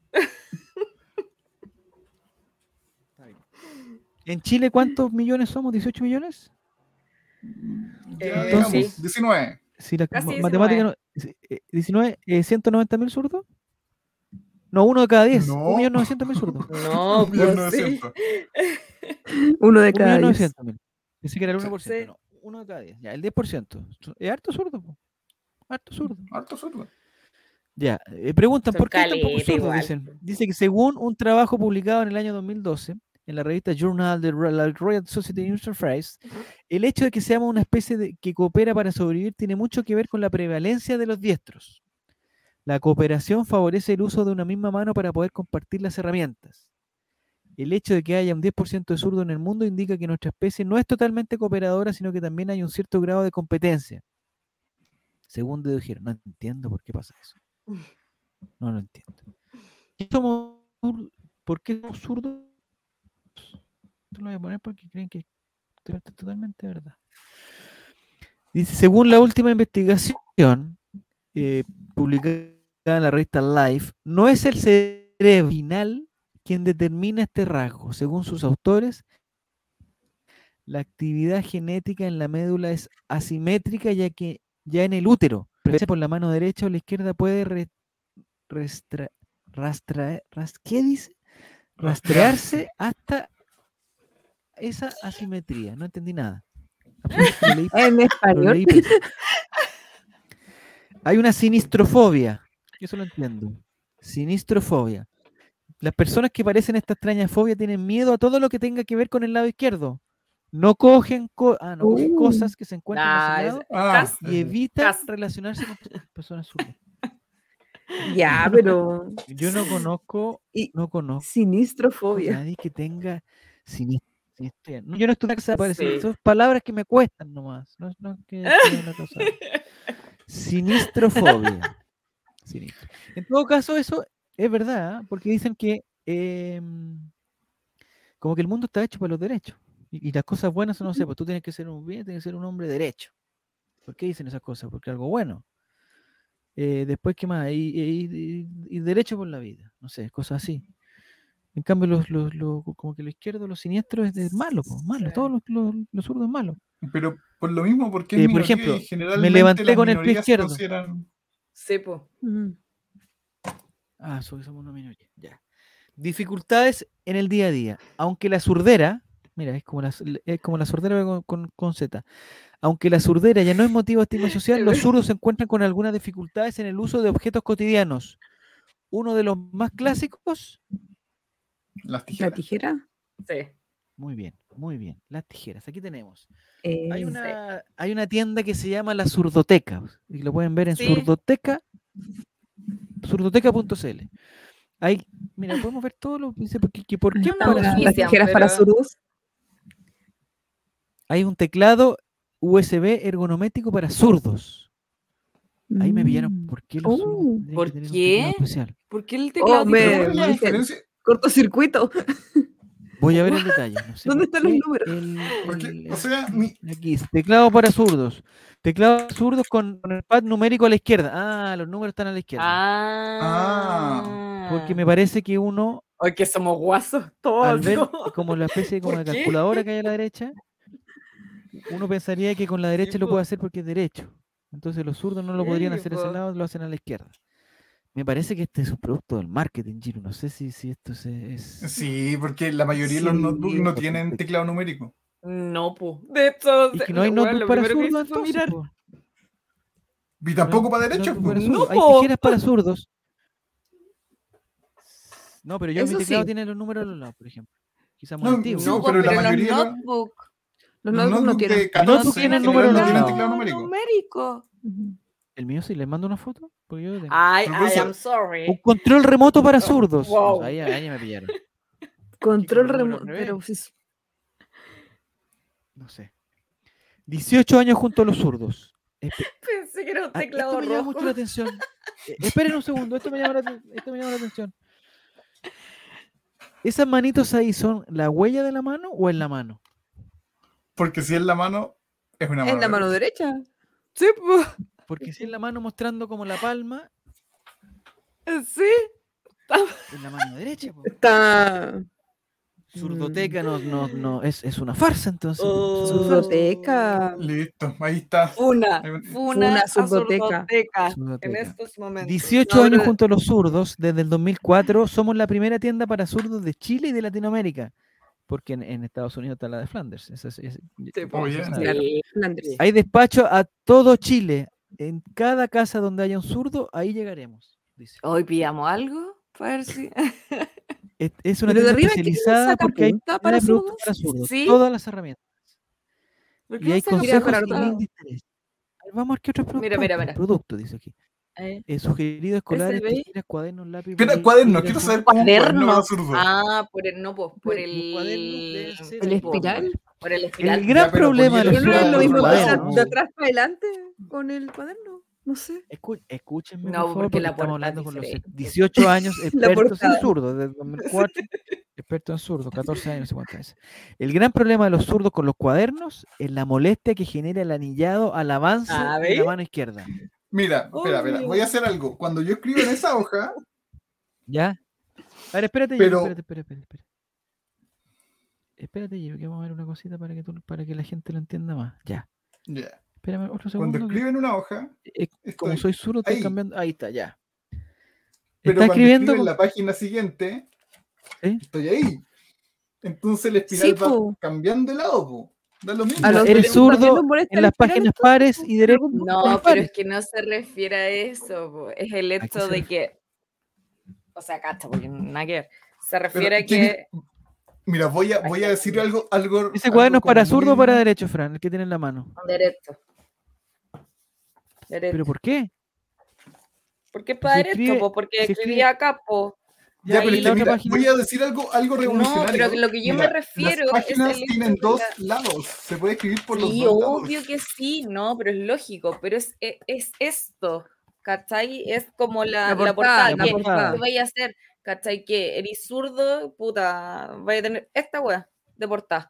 ¿En Chile cuántos millones somos? ¿dieciocho millones? Ya, Eh, digamos, sí. diecinueve. Si la Casi ma- matemática no, eh, diecinueve, eh, ciento noventa mil zurdos. No, uno de cada diez. No. un millón novecientos mil zurdos. No, Un millón pues sí. novecientos. Uno de un cada millón diez. novecientos mil. Pensé que era el uno por ciento. Sí. No, uno de cada diez. Ya, el diez por ciento. Es harto zurdo. Po. Harto zurdo. Harto zurdo. Ya, eh, preguntan Son por qué hay tan pocos caleta zurdos. igual, Dicen. po. Dice que según un trabajo publicado en el año dos mil doce en la revista Journal de la Royal Society of Enterprise, el hecho de que seamos una especie de, que coopera para sobrevivir tiene mucho que ver con la prevalencia de los diestros. La cooperación favorece el uso de una misma mano para poder compartir las herramientas. El hecho de que haya un diez por ciento de zurdo en el mundo indica que nuestra especie no es totalmente cooperadora, sino que también hay un cierto grado de competencia. Según dedujeron. No entiendo por qué pasa eso. No lo entiendo. ¿Qué somos zur- ¿Por qué somos zurdos? Esto lo voy a poner porque creen que esto es totalmente verdad. Dice, según la última investigación eh, publicada en la revista Life, no es el cerebro final quien determina este rasgo. Según sus autores, la actividad genética en la médula es asimétrica, ya que ya en el útero, por la mano derecha o la izquierda, puede re, restra, rastra, ras, ¿qué dice? rastrearse hasta esa asimetría. No entendí nada. Absolutamente lo leí, En lo español. leí pésimo. Hay una sinistrofobia. Eso lo entiendo. Sinistrofobia. Las personas que padecen esta extraña fobia tienen miedo a todo lo que tenga que ver con el lado izquierdo. No cogen, co ah, no cogen Uh. cosas que se encuentran a Nah, ese es- lado Ah, Cas- y evitan Cas- relacionarse con pe- personas zurdas. Ya, pero. Yo no conozco, Y no conozco sinistrofobia. nadie que tenga sinis- sinistría. No, yo no estudié esa para decir, Sí. son palabras que me cuestan nomás. No, no es que estudié una cosa. Sinistrofobia. Sinistro. En todo caso, eso es verdad, ¿eh? Porque dicen que eh, como que el mundo está hecho para los derechos. Y, y las cosas buenas, no sé, pues tú tienes que ser un bien, tienes que ser un hombre derecho. ¿Por qué dicen esas cosas? Porque algo bueno. Eh, después, ¿qué más? Y, y- y- y derecho por la vida. No sé, cosas así. En cambio, los, los, los- como que lo izquierdo, lo siniestro es de malo, pues, malo. Sí. Todo lo, lo, lo zurdo es malo. pero por lo mismo, porque es Eh, por minoría ejemplo, y me generalmente levanté las con el pie minorías se izquierdo. consideran... Sí, po. Mm. Ah, so- somos una minoría. Ya. Dificultades en el día a día. Aunque la surdera, mira, es como la, es como la sordera con, con, con Z. Aunque la surdera ya no es motivo de estigma social, los zurdos se encuentran con algunas dificultades en el uso de objetos cotidianos. Uno de los más clásicos, Las ¿La tijeras. tijera? Sí. muy bien, muy bien, las tijeras. Aquí tenemos. Eh, Hay una, hay una tienda que se llama La Surdoteca, y lo pueden ver en Sí. surdoteca, surdoteca punto c l. Hay, mira, podemos ver todo lo que dice, porque, que ¿por qué Está para las auspician, zurdos? tijeras para pero- zurdos. Hay un teclado U S B ergonométrico para zurdos. Ahí me pillaron. Mm. ¿Por qué los zurdos Oh. tendrían ¿Por que tener un qué? teclado especial? ¿Por qué el teclado Oh, tiene Pero me- ¿cuál es la me- diferencia? Cortocircuito. Voy a ver el detalle. No sé ¿Dónde por están los qué números? el- Porque, el- o sea, mi- Aquí dice, teclado para zurdos. Teclado para zurdos con, con el pad numérico a la izquierda. Ah, los números están a la izquierda. Ah. Porque me parece que uno, Ay, que somos guasos todos. al ver ¿no? como la especie como ¿Por de qué? calculadora que hay a la derecha, uno pensaría que con la derecha lo po. puede hacer porque es derecho. Entonces los zurdos no lo podrían Sí, hacer a ese po. lado, lo hacen a la izquierda. Me parece que este es un producto del marketing, Giro. No sé si, si esto se- es... Sí, porque la mayoría de los Sí, notebooks no por tienen supuesto. teclado numérico. No, po. De hecho, Y que no hay bueno, notebook lo para primero que zurdos hice fue entonces. mirar. po. Y tampoco No hay para derechos. notebook para pues. No, zurdos. Hay po. tijeras para zurdos. No, pero yo mi Eso teclado sí. tiene los números a los lados, por ejemplo. Quizás No, muy antiguo. sí, No, po, po, pero pero, la los mayoría de los- notebooks. Los Los notebooks no notebooks tienen. de Los catorce notebooks tienen en número general no al tienen lado. teclado numérico. numérico. Ujú. El mío sí, les mando una foto. Porque yo tengo. Ay, Pero por I eso- am sorry. Un control remoto para zurdos. No, Wow. ahí, ahí me pillaron. Control los números remoto. al revés. Pero sí. No sé. dieciocho años junto a los zurdos. Espe- Pensé que era un ah, teclado esto me llama rojo. mucho la atención. Eh, esperen un segundo, esto me, llama la, aten- esto me llama la atención. ¿Esas manitos ahí son la huella de la mano o en la mano? Porque si es la mano, es una mano. En la mano derecha. derecha. Sí, po. Porque si es la mano mostrando como la palma, Sí. es la mano derecha. po. Está. Surdoteca no, no, no, es, es una farsa entonces. Oh. Surdoteca. Listo, ahí está. Funa. Hay un- Funa, Funa a surdoteca. surdoteca. En Surdoteca. estos momentos. dieciocho No, años pero- junto a los zurdos, desde el dos mil cuatro, somos la primera tienda para zurdos de Chile y de Latinoamérica. Porque en, en Estados Unidos está la de Flanders. esa es- es- Sí, po. Oh, eso yeah. se sabe. Claro. Sí. Flanders. Hay despacho a todo Chile. En cada casa donde haya un zurdo, ahí llegaremos. Dice. Hoy pillamos algo. Para ver si. Es, es una Pero de tienda arriba, ¿qué es especializada saca porque hay punta para para productos zurdos? para zurdos. Sí. Todas las herramientas. ¿Por qué Y hay no saca consejos para y punta? link de interés. A ver, vamos a ver qué otros productos. Mira, mira, hay, pues, mira. productos, dice aquí. Eh, Eh, sugerido escolares, ¿Ese ve? tijeras, cuadernos, lápiz. Espera, bolígrafo, cuaderno, quiero bolígrafo. saber cómo un cuaderno para Cuadernos. zurdo. Ah, por el, no, pues, por Los el. cuadernos deben ser ¿El ahí, po. espiral? Por el espiral. El gran Ya, pero problema de los ponía Pero no es el lo zurdos mismo con los pasar cuadernos- de atrás para adelante con el cuaderno. No sé. Escu- escúchenme, No, por favor, porque porque la estamos portada hablando es con los diferente. dieciocho años La expertos en portada. zurdos, desde dos mil cuatro, expertos en zurdos, catorce años, no sé cuántas veces. El gran problema de los zurdos con los cuadernos es la molestia que genera el anillado al avance Ah, de la ¿ves? mano izquierda. Mira, espera, espera, Obvio. voy a hacer algo. Cuando yo escribo en esa hoja, ¿Ya? A ver, espérate, Pero- Gio, espérate, espérate, espérate, espérate. Espérate, Gio, que vamos a ver una cosita para que tú, para que la gente lo entienda más. Ya. ya. Espérame otro Cuando segundo. que- escribo en una hoja, eh, como estoy soy zurdo, estoy ahí. cambiando. Ahí está, ya. pero Está cuando escribiendo. escribo en con- la página siguiente, ¿Sí? estoy ahí. Entonces el espiral Sí, va po. cambiando de lado, po. Da lo mismo. A los Eres que también zurdo nos molesta en el las espiral, páginas entonces, pares po, y derechas. algún- No, páginas pero pares. es que no se refiere a eso, po. Es el qué hecho se de ref- que. O sea, cacha, porque nada que ver. Se Pero refiere a tiene- que. Mira, voy a, voy a decir algo, algo. Ese algo cuaderno es para como zurdo o muy- para derecho, Fran, el que tiene en la mano. Derecho. Derecho. ¿Pero por qué? ¿Por qué para si derecho? escribe- po? Porque si escribí escribe- acá, po. Ya, pero ¿y es la que otra mira, página? voy a decir algo, algo No, revolucionario. pero lo que yo Mira, me refiero las es el páginas hecho tienen de dos la- lados. Se puede escribir por los Sí, dos lados. obvio que sí, no, pero es lógico, pero es, es, es esto, ¿cachai? Es como la, La la portada, portada, la que, portada. que vaya a hacer, ¿cachai? Que eres zurdo, puta, vaya a tener esta weá de portada.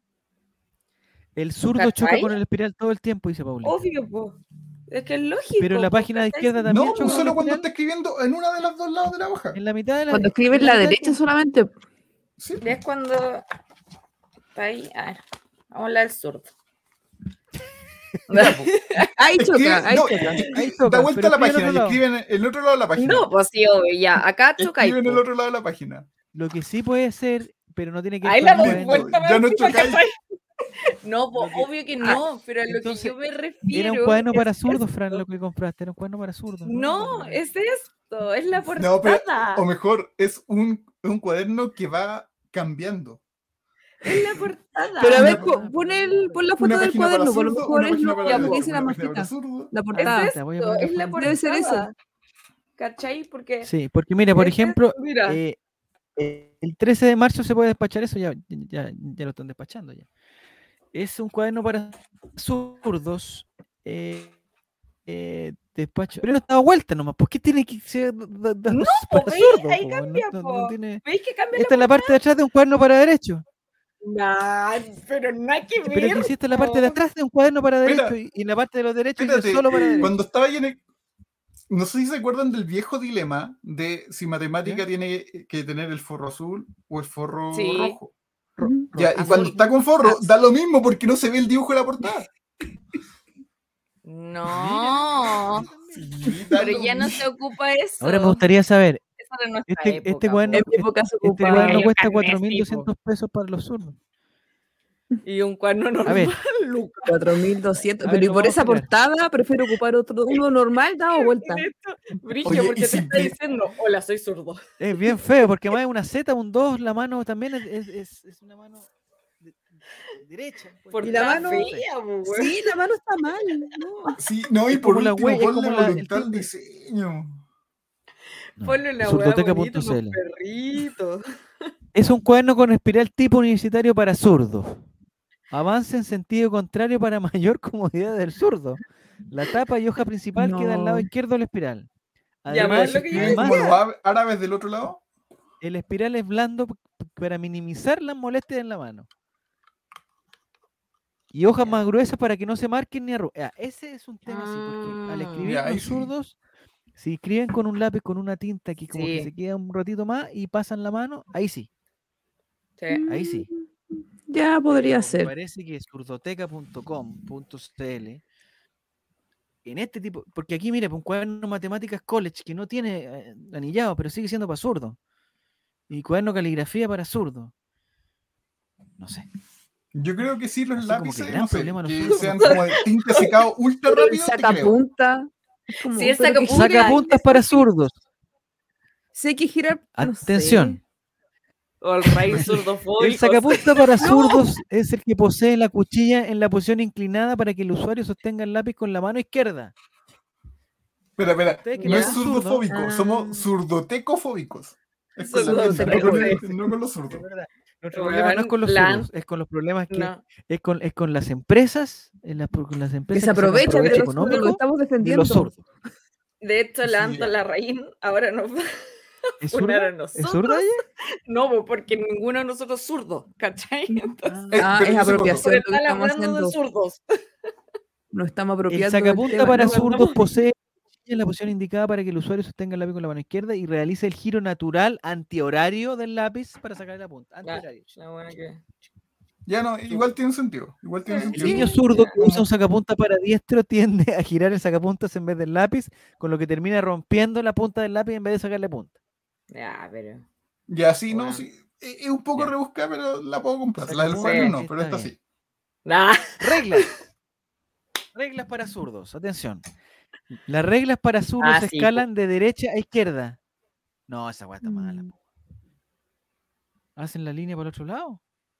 El zurdo ¿Cachai? choca con el espiral todo el tiempo, dice Paulita. Obvio, po. Es que es lógico. Pero en la po, página de ¿cachai? izquierda también No, choca pues con solo el cuando espiral. está escribiendo en una de los dos lados de la hoja. En la mitad de la. Cuando en escribes la la mitad derecha que- solamente. Sí. Es cuando está ahí, a ver, vamos a hablar del zurdo. Ya, pues. Ahí Escribe- choca, ahí no, choca. Ahí da choca, vuelta pero a la escribe en página otro y lado. escribe en el otro lado de la página. No, pues sí, obvio, ya, acá chocáis. Escribe en el po. otro lado de la página. Lo que sí puede ser, pero no tiene que Ahí ver la con doy el Bueno, vuelta, ya no encima, chocáis. ¿cachai? No, pues Lo que- obvio que no, pero a lo entonces, que yo me Era refiero. un cuaderno es para zurdos, esto. Fran, lo que compraste. Era un cuaderno para zurdos. No, es esto, es la No, portada. pero, o mejor, es un, un cuaderno que va cambiando. Es la portada. Pero a ver, Una- po- pon, el, pon la foto Una del página para cuaderno, por lo zurdo, mejor una es página lo, para Ya, lo que derecho, dice la una página para majita. zurdo. La es portada. Ahorita voy a esto, poner es la foto. portada. Debe ser eso. ¿Cachai? Porque Sí, porque mira, por es ejemplo, esto, mira, eh, eh, el trece de marzo se puede despachar eso, ya, ya, ya lo están despachando ya. Es un cuaderno para zurdos. Eh, eh, despacho. Pero no está vuelta nomás. ¿Por qué tiene que ser da- da- No, para ¿veis? zurdos? Ahí po? cambia, No- no- po. no tiene- ¿veis que cambia Esta es la parte de atrás de un cuaderno para derecho. la Nah, pero nada que ver. Pero que si esta es la parte de po. atrás de un cuaderno para Espera. derecho y, y la parte de los derechos dice Espérate, solo para derecho. cuando estaba ahí en el... No sé si se acuerdan del viejo dilema de si matemática ¿Ya? tiene que tener el forro azul o el forro Sí. rojo. Ro- Ujú. ro- Ya, y Azul. cuando está con forro, da lo mismo porque no se ve el dibujo de la portada. No, Sí, da pero lo ya no mismo. se ocupa eso. Ahora me gustaría saber, Eso de nuestra este, época, este po. cuaderno, En mi época se este ocupaba. cuaderno el cuesta carnet, cuatro sí, mil po. doscientos pesos para los zurdos. Y un cuaderno normal, A ver, Lucas. cuatro mil doscientos. A ver, Pero y lo por vamos a esa crear. portada prefiero ocupar otro, uno normal dado vuelta. Esto, Brigio, Oye, porque y te si está te- diciendo, hola, soy zurdo. es bien feo porque además es una Z, un dos, la mano también es, es, es- es una mano de- de- derecha. pues. Por Y la la mano- fea, po, weón. Sí, la mano está mal. No. Sí, no, y Es por como la último, hue- es ponle como la- el voluntad al timbre. diseño. No, Ponle una surdoteca hueá bonita, punto c unos l. perritos. Es un cuaderno con espiral tipo universitario para zurdos. Avance en sentido contrario para mayor comodidad del zurdo. La tapa y hoja principal queda al lado No. izquierdo del espiral. Ya, Pero Además, si pero lo que yo escriben como además, los á- árabes del otro lado. el espiral es blando p- para minimizar las molestias en la mano. Y hojas más gruesas para que no se marquen ni arruguen. Ese es un tema así, porque al Ah. escribir Ya, ahí los sí. zurdos, si escriben con un lápiz, con una tinta que como que Sí. se queda un ratito más y pasan la mano, ahí sí, Sí. ahí sí. Ya podría Me ser. parece que surdoteca punto com punto c l en este tipo, porque aquí mira, un cuaderno matemáticas college que no tiene eh, anillado, pero sigue siendo para zurdo. Y cuaderno caligrafía para zurdo. No sé. Yo creo que sí, los Así como que lápices, gran no sé, problema que nosotros. sean como de tinte secado ultra Pero el rápido, te creo. sacapunta. es como- Sí, el pero que sacapunta. gira- Sacapuntas para zurdos. Sí, hay que girar. no sé. Atención. O el rey zurdofóbico. El sacapunta para zurdos es el que posee la cuchilla en la posición inclinada para que el usuario sostenga el lápiz con la mano izquierda. Espera, espera, Ustedes que no no es son zurdos. zurdofóbicos, Ah. somos zurdotecofóbicos. Es con la Zurdotecofóbicos. tienda, no con, el- no con los Es zurdos. verdad. Nuestro problema no es Weón, con los plan- zurdos, es con los problemas que No. es con, es con las empresas, en las, con las Que empresas se aprovechan de provecho los zurdos, lo económico estamos de defendiendo. los zurdos. De hecho, la Sí, Anto ya. Larraín ahora nos va ¿Es funar a zurda? ¿Es nosotros. zurda ella? No, po, porque ninguno de nosotros es zurdo, ¿cachai? Entonces, Eh, Ah, pero es yo sé por- apropiación por lo que estar estamos hablando de haciendo. zurdos. Nos estamos El apropiando del sacapunta tema. para no, zurdos no. posee es la posición indicada para que el usuario sostenga el lápiz con la mano izquierda y realice el giro natural antihorario del lápiz para sacar la punta. Antihorario. La buena que... Ya no, igual tiene sentido. Igual tiene El El sentido. niño Sí, zurdo ya. que usa un sacapunta para diestro tiende a girar el sacapuntas en vez del lápiz, con lo que termina rompiendo la punta del lápiz en vez de sacarle punta. Ya, pero... Ya, sí, no, Bueno. sí. Es es un poco Ya. rebuscada, pero la puedo comprar. Saca La del punta, cuaderno no, está pero esta bien. sí. Nah. Reglas. Reglas para zurdos. Atención. Las reglas para zurdos Ah, se sí, escalan de derecha a izquierda. No, esa weá está mala. Mm. po. ¿Hacen la línea por el otro lado?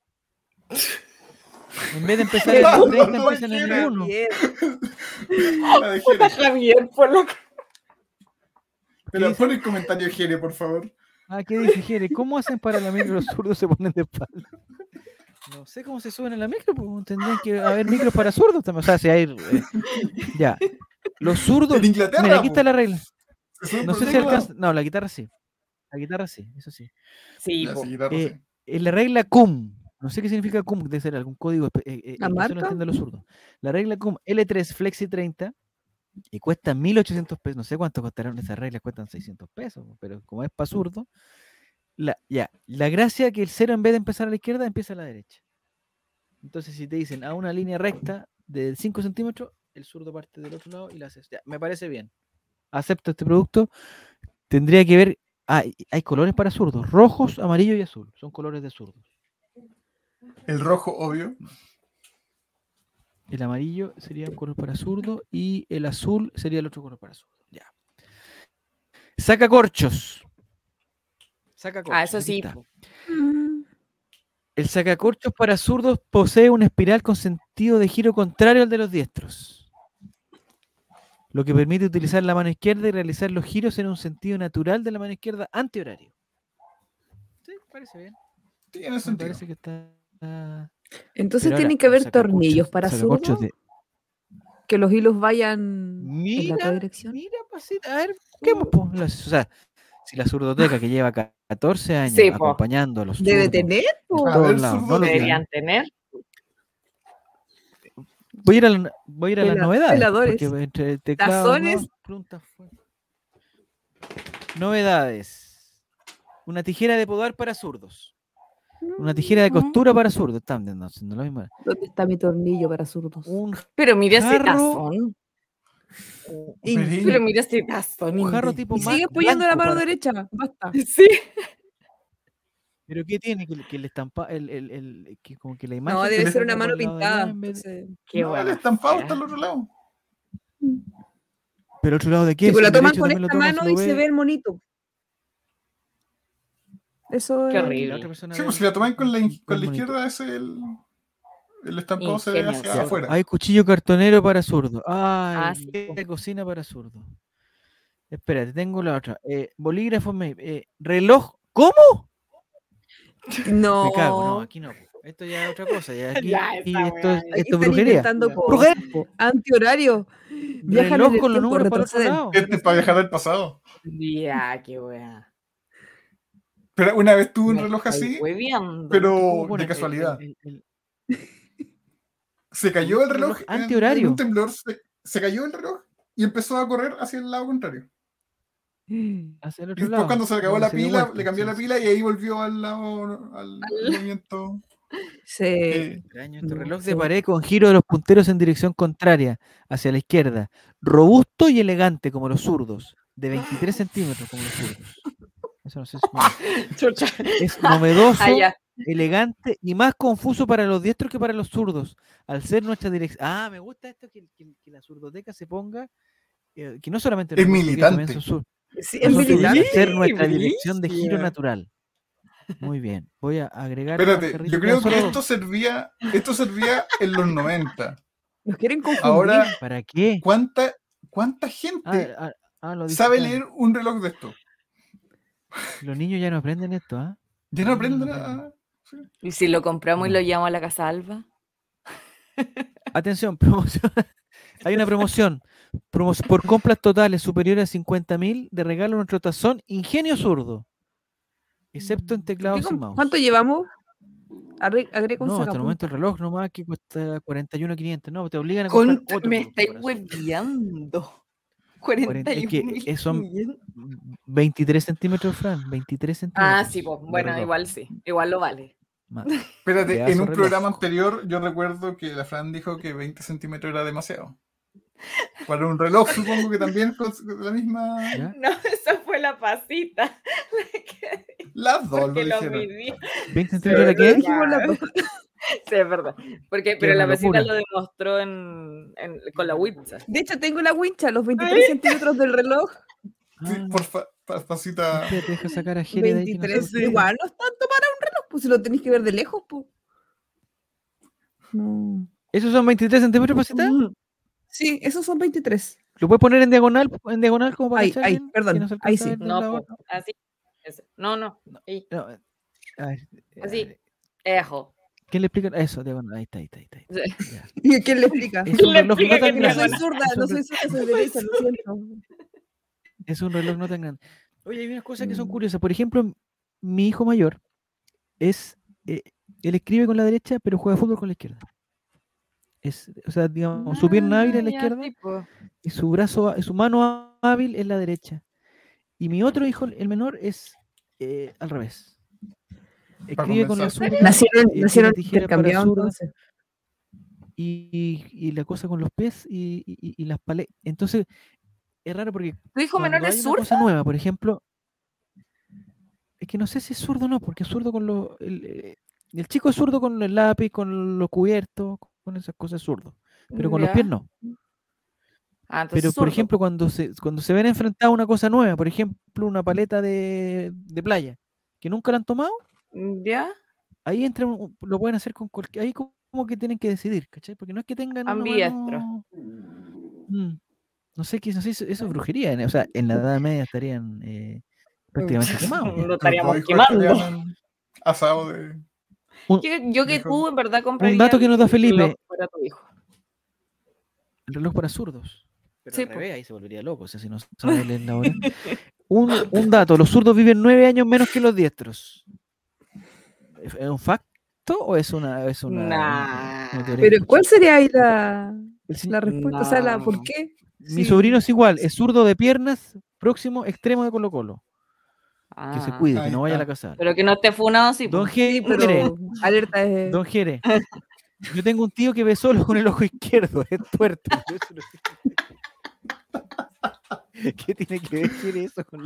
En vez de empezar en el treinta, No, empiezan en el quiere. uno. La de Puta Jere. Javier, por la... Pero dice? pon el comentario Jere, por favor. Ah, ¿qué dice Jere? ¿Cómo hacen para la micro los zurdos se ponen de espalda? No sé cómo se suben en la micro, pues tendrían que haber micros para zurdos también. O sea, si hay. eh, ya. Los zurdos. En Inglaterra, Mira, aquí po. está la regla. Se suben No por sé el si otro lado. alcanza. No, la guitarra sí. La guitarra sí, eso sí. Sí, Ya, po. sí, guitarra, Eh, sí. en la regla C U M, no sé qué significa C U M, debe ser algún código espe- eh, eh, ¿La que solo marca? entienden los zurdos. La regla C U M L tres Flexi treinta y cuesta mil ochocientos pesos. No sé cuánto costarán esas reglas, cuestan seiscientos pesos, pero como es para zurdo, la, ya, la gracia es que el cero en vez de empezar a la izquierda empieza a la derecha. Entonces, si te dicen a una línea recta de cinco centímetros, el zurdo parte del otro lado y la haces. Ya, me parece bien. Acepto este producto. Tendría que ver. Ah, y hay colores para zurdos: rojos, amarillo y azul. Son colores de zurdos. El rojo, obvio. El amarillo sería un color para zurdo y el azul sería el otro color para zurdo. Ya. Saca corchos. Saca corchos. Ah, eso aquí sí, está. po. Mm. El sacacorchos para zurdos posee una espiral con sentido de giro contrario al de los diestros, lo que permite utilizar la mano izquierda y realizar los giros en un sentido natural de la mano izquierda antihorario. Sí, parece bien. Tiene Me sentido. parece que está. Entonces Pero tienen ahora, que haber sacacorchos- tornillos para sacacorchos zurdos, de- que los hilos vayan en la otra Mira, dirección. mira, pasita. A ver, ¿qué más, po? Las- o sea, si la zurdoteca que lleva ca- catorce años Sí, po. acompañando a los Debe zurdos tener, en po. A todos ver, lados, zurdo no lo de- tiene. Deberían tener. Voy a ir a, la- voy a, ir a las Pela- novedades. peladores. Porque entre teclados Tazones. nuevos, puntas fu- Novedades. Una tijera de podar para zurdos. Una tijera de Ujú. costura para zurdos. Están no, haciendo lo mismo. ¿Dónde está mi tornillo para zurdos? Un, Pero mira ese Jarro- tazón. Perín. Pero mira ese tazón. un jarro Indy. tipo Y más sigue apoyando la blanco mano para- derecha. Basta. Sí. ¿Pero qué tiene? Que, que el estampa, el, el, el- que como que la imagen. No, debe está ser una como mano por el lado de pintada. allá en vez de- Entonces, Qué No, el buena estampado fea. está al otro lado. Pero otro lado de qué? tipo, Si la el toman derecho con también lo esta toma, mano lo y se ve, ve el monito. Eso Qué es. horrible. y la otra persona Sí, ve pues el- si la tomáis con la, in- el con la monito. izquierda, ese el, el estampado se ve Ingenio hacia zurdo. afuera. Hay cuchillo cartonero para zurdo. Ay, Ah, sí, qué po. cocina para zurdo. Espérate, tengo la otra. Eh, bolígrafo, me- eh, reloj. ¿Cómo? No. Me cago, no, aquí no. po. Esto ya es otra cosa. Ya aquí, Ya, aquí esa esto, weá, es- ya. Aquí esto es están brujería. inventando No. cosas, po. Antihorario. Viajan Reloj en el con los tiempo, números para el otro retroceden. lado. Este es para viajar al pasado. Ya, qué wea. Pero una vez tuve un Me reloj estáis así, hueviando. pero ¿Cómo de ponen? casualidad. El- el- el- Se cayó el un reloj reloj en- en, antihorario. un temblor. Se, se cayó el reloj y empezó a correr hacia el lado contrario. hacia el Y otro después lado. cuando se le acabó donde la se dio pila, vuelta, le cambió sí, la sí. pila y ahí volvió al lado, al, al movimiento. Se... eh, Extraño, este No, reloj sí. de pared con giro de los punteros en dirección contraria, hacia la izquierda. Robusto y elegante como los zurdos. De veintitrés centímetros como los zurdos. Eso no sé si es- Chucha. Es novedoso, Ah, ya. elegante y más confuso para los diestros que para los zurdos. Al ser nuestra dirección. Ah, me gusta esto que, que- que la zurdoteca se ponga. eh, que no solamente Es los portugueses también militante. son sur- Sí, es nosotros militar. al ser nuestra dirección de brígida. giro natural. Muy bien. Voy a agregar. Espérate, carrito. yo creo Quedan que solo- esto servía, esto servía en los noventa. Nos quieren confundir. Ahora, ¿Para qué? ¿cuánta, cuánta gente Ah, ah, ah, lo sabe digital. leer un reloj de esto? Los niños ya no aprenden esto, ¿ah? Ya no Mm, aprenden no nada. ¿Y si lo compramos y No. lo llevamos a la casa Alba? Atención, promoción. Hay una promoción. Promo- por compras totales superiores a cincuenta mil de regalo nuestro tazón Ingenio Zurdo. Excepto en ¿Qué teclados y com- mouse. ¿Cuánto llevamos? Arre- Agrega un No, hasta el sacapunta. momento el reloj nomás que cuesta cuarenta y uno mil quinientos. No, te obligan a comprar Contra- otro me producto estáis para zurdo. hueviando. cuarenta y es que un mil eh, son quinientos. veintitrés centímetros, Fran, veintitrés centímetros. Ah, sí, pues, de bueno, reloj. igual sí, igual lo vale. Ma- Espérate, en pedazo un reloj. programa anterior yo recuerdo que la Fran dijo que veinte centímetros era demasiado. Para un reloj supongo que también con la misma... ¿Ya? No, esa fue la pasita. La que- Las dos lo Porque lo dijeron. midí. ¿veinte Sí, centímetros era es qué? Dijimos las verdad. dos. Sí, es verdad. Porque, pero una la pasita locura. lo demostró en, en- con la Witza. De hecho, tengo la wincha, los veintitrés centímetros del reloj. Sí, Ah, porfa, pa- pasita. espérate, deja sacar a Jere de ahí que no sé veintitrés. por qué. Igual no es tanto para un reloj, pues si lo tenéis que ver de lejos, pues. No. ¿Esos son veintitrés centímetros, pasita? Mm. Sí, esos son veintitrés. ¿Lo puedes poner en diagonal, en diagonal como para Ahí, cachar ahí, bien? perdón, Que no se ahí alcanza a sí. ver de un No, lado a po, otro. así. ese. No, no. No, ahí. no, a ver, a Así. ver, Ejo. ¿quién le explica? Eso, diagonal, ahí está, ahí está, ahí está. ahí está, Sí. ya. ¿Y quién le explica? Es un Le reloj no explica tan que No soy grande. diagonal. zurda, Es no un, soy re- zurda, soy derecha, lo siento. es un reloj no tan grande. Oye, hay unas cosas que son Mm. curiosas. Por ejemplo, mi hijo mayor es, eh, él escribe con la derecha, pero juega fútbol con la izquierda. Es, o sea, digamos, su pierna hábil es la Ah, ya, izquierda sí, po. y su brazo, su mano hábil es la derecha. Y mi otro hijo, el menor, es eh, al revés. Escribe con la compensar. zurda, Nacieron, eh, tiene nacieron tijeras para intercambiados zurda entonces. y, y- y la cosa con los pies y, y- y las paletas. Entonces, es raro porque ¿Tu hijo menor cuando es hay una zurdo? cosa nueva, por ejemplo, es que no sé si es zurdo o no, porque es zurdo con los... El, eh, el chico es zurdo con el lápiz, con los cubiertos, con esas cosas es zurdo, pero con los pies Ya. no. Ah, entonces Pero, por zurdo. ejemplo, cuando se, cuando se ven enfrentados a una cosa nueva, por ejemplo, una paleta de, de playa, que nunca la han tomado, ¿Ya? ahí entra, un- lo pueden hacer con cualquier... Ahí como como que tienen que decidir, ¿cachai? Porque no es que tengan una Ambidiestro. mano... Mm, no sé qué, no sé, eso, eso es brujería. O sea, en la Edad Media estarían eh, prácticamente quemados ya. Lo Tus estaríamos dos hijos quemando. estarían en asado de. Un, Yo, yo que Dijo- tú, en verdad, compraría un dato que nos da el reloj Felipe, para tu hijo. el reloj para zurdos. Pero Sí, al po. revés, ahí se volvería loco, o sea, si no sabe leer la hora. Un, un dato, los zurdos viven nueve años menos que los diestros. ¿Es es un facto o es una, es una, Nah. una teoría Pero que ¿cuál escuché? sería ahí la, El se- la respuesta? O sea, la, ¿por No. qué? Mi Sí. sobrino es igual, es zurdo de piernas, próximo extremo de Colo Colo. Que se Ah, cuide, que Ahí no vaya a la está. casa. pero que no esté funado, sí. Don po. Sí, Jere, pero alerta es. Don Jere, yo tengo un tío que ve solo con el ojo izquierdo, es tuerto. por eso lo sé. ¿Qué tiene que ver Jere, eso con la...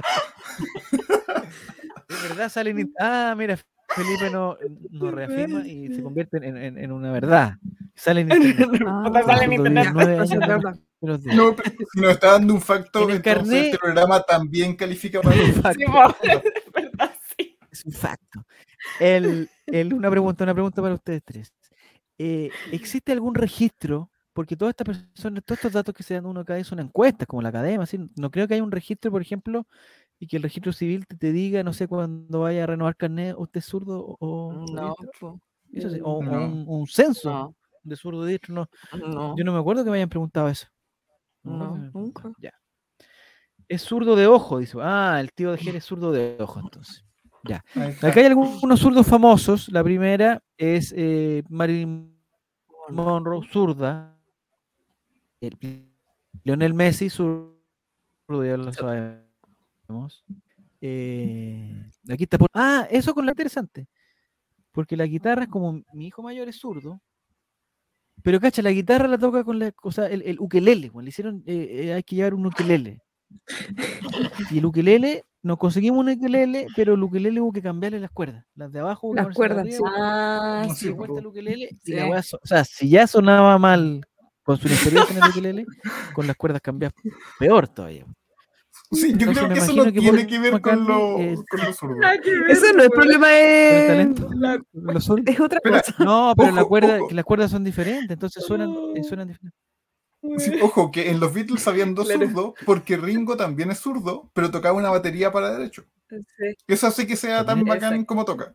De verdad salen... in- Ah, mira, Felipe no, no reafirma y se convierte en, en- en una verdad. Sale en internet. Ah, Puta, sale en Los zurdos internet. viven nueve Ya, años eso es menos verdad. que los diez. No, pero si nos está dando un facto, En el entonces carnet- este programa también califica para Un eso. facto, Sí, po. Es verdad, sí. es un facto. El, el- una pregunta, una pregunta para ustedes tres. Eh, ¿existe algún registro? Porque todas estas personas, todos estos datos que se dan uno cada vez son encuestas, como la academia, así, no creo que haya un registro, por ejemplo, y que el registro civil te, te diga, no sé, cuando vaya a renovar carnet, ¿usted es zurdo o, o No, diestro? po. Eso sí, o, o No. un, un censo No, de zurdo o diestro, no. no, Yo no me acuerdo que me hayan preguntado eso. No, me no, acuerdo que me hayan nunca. preguntado. Ya. Es zurdo de ojo, dice. Ah, el tío de Jerez es zurdo de ojo, entonces. Ya. Ahí está. Acá hay algunos zurdos famosos. La primera es eh, Marilyn Monroe, zurda. El- Lionel Messi, zurdo, ya lo sabemos. Eh, aquí está. por- Ah, eso con la interesante. Porque la guitarra es como mi hijo mayor es zurdo. Pero cacha, la guitarra la toca con la cosa, el, el ukelele. Bueno, le hicieron, eh, eh, hay que llevar un ukelele. Y el ukelele, nos conseguimos un ukelele, pero el ukelele hubo que cambiarle las cuerdas. Las de abajo, hubo que Las ponerse cuerdas, arriba, sí. Ah, No, sí, sí, de vuelta po. el ukelele, y Sí. la weá so- o sea, si ya sonaba mal con su experiencia en el ukelele, con las cuerdas cambias peor todavía. Sí, yo Entonces creo me que eso imagino no que tiene Paul que ver con McCartney lo, es- con lo zurdo. Nada que ver, Eso no es po. problema, ¿Con el es, talento? ¿Los zurdos? es otra Espera, cosa. No, pero la Ojo, cuerda, ojo. que las cuerdas son diferentes, entonces suenan, eh, suenan diferentes. Sí, ojo, que en los Beatles habían dos Claro. zurdos, porque Ringo también es zurdo, pero tocaba una batería para derecho. Sí. Eso hace que sea tan También- bacán Exacto. como toca.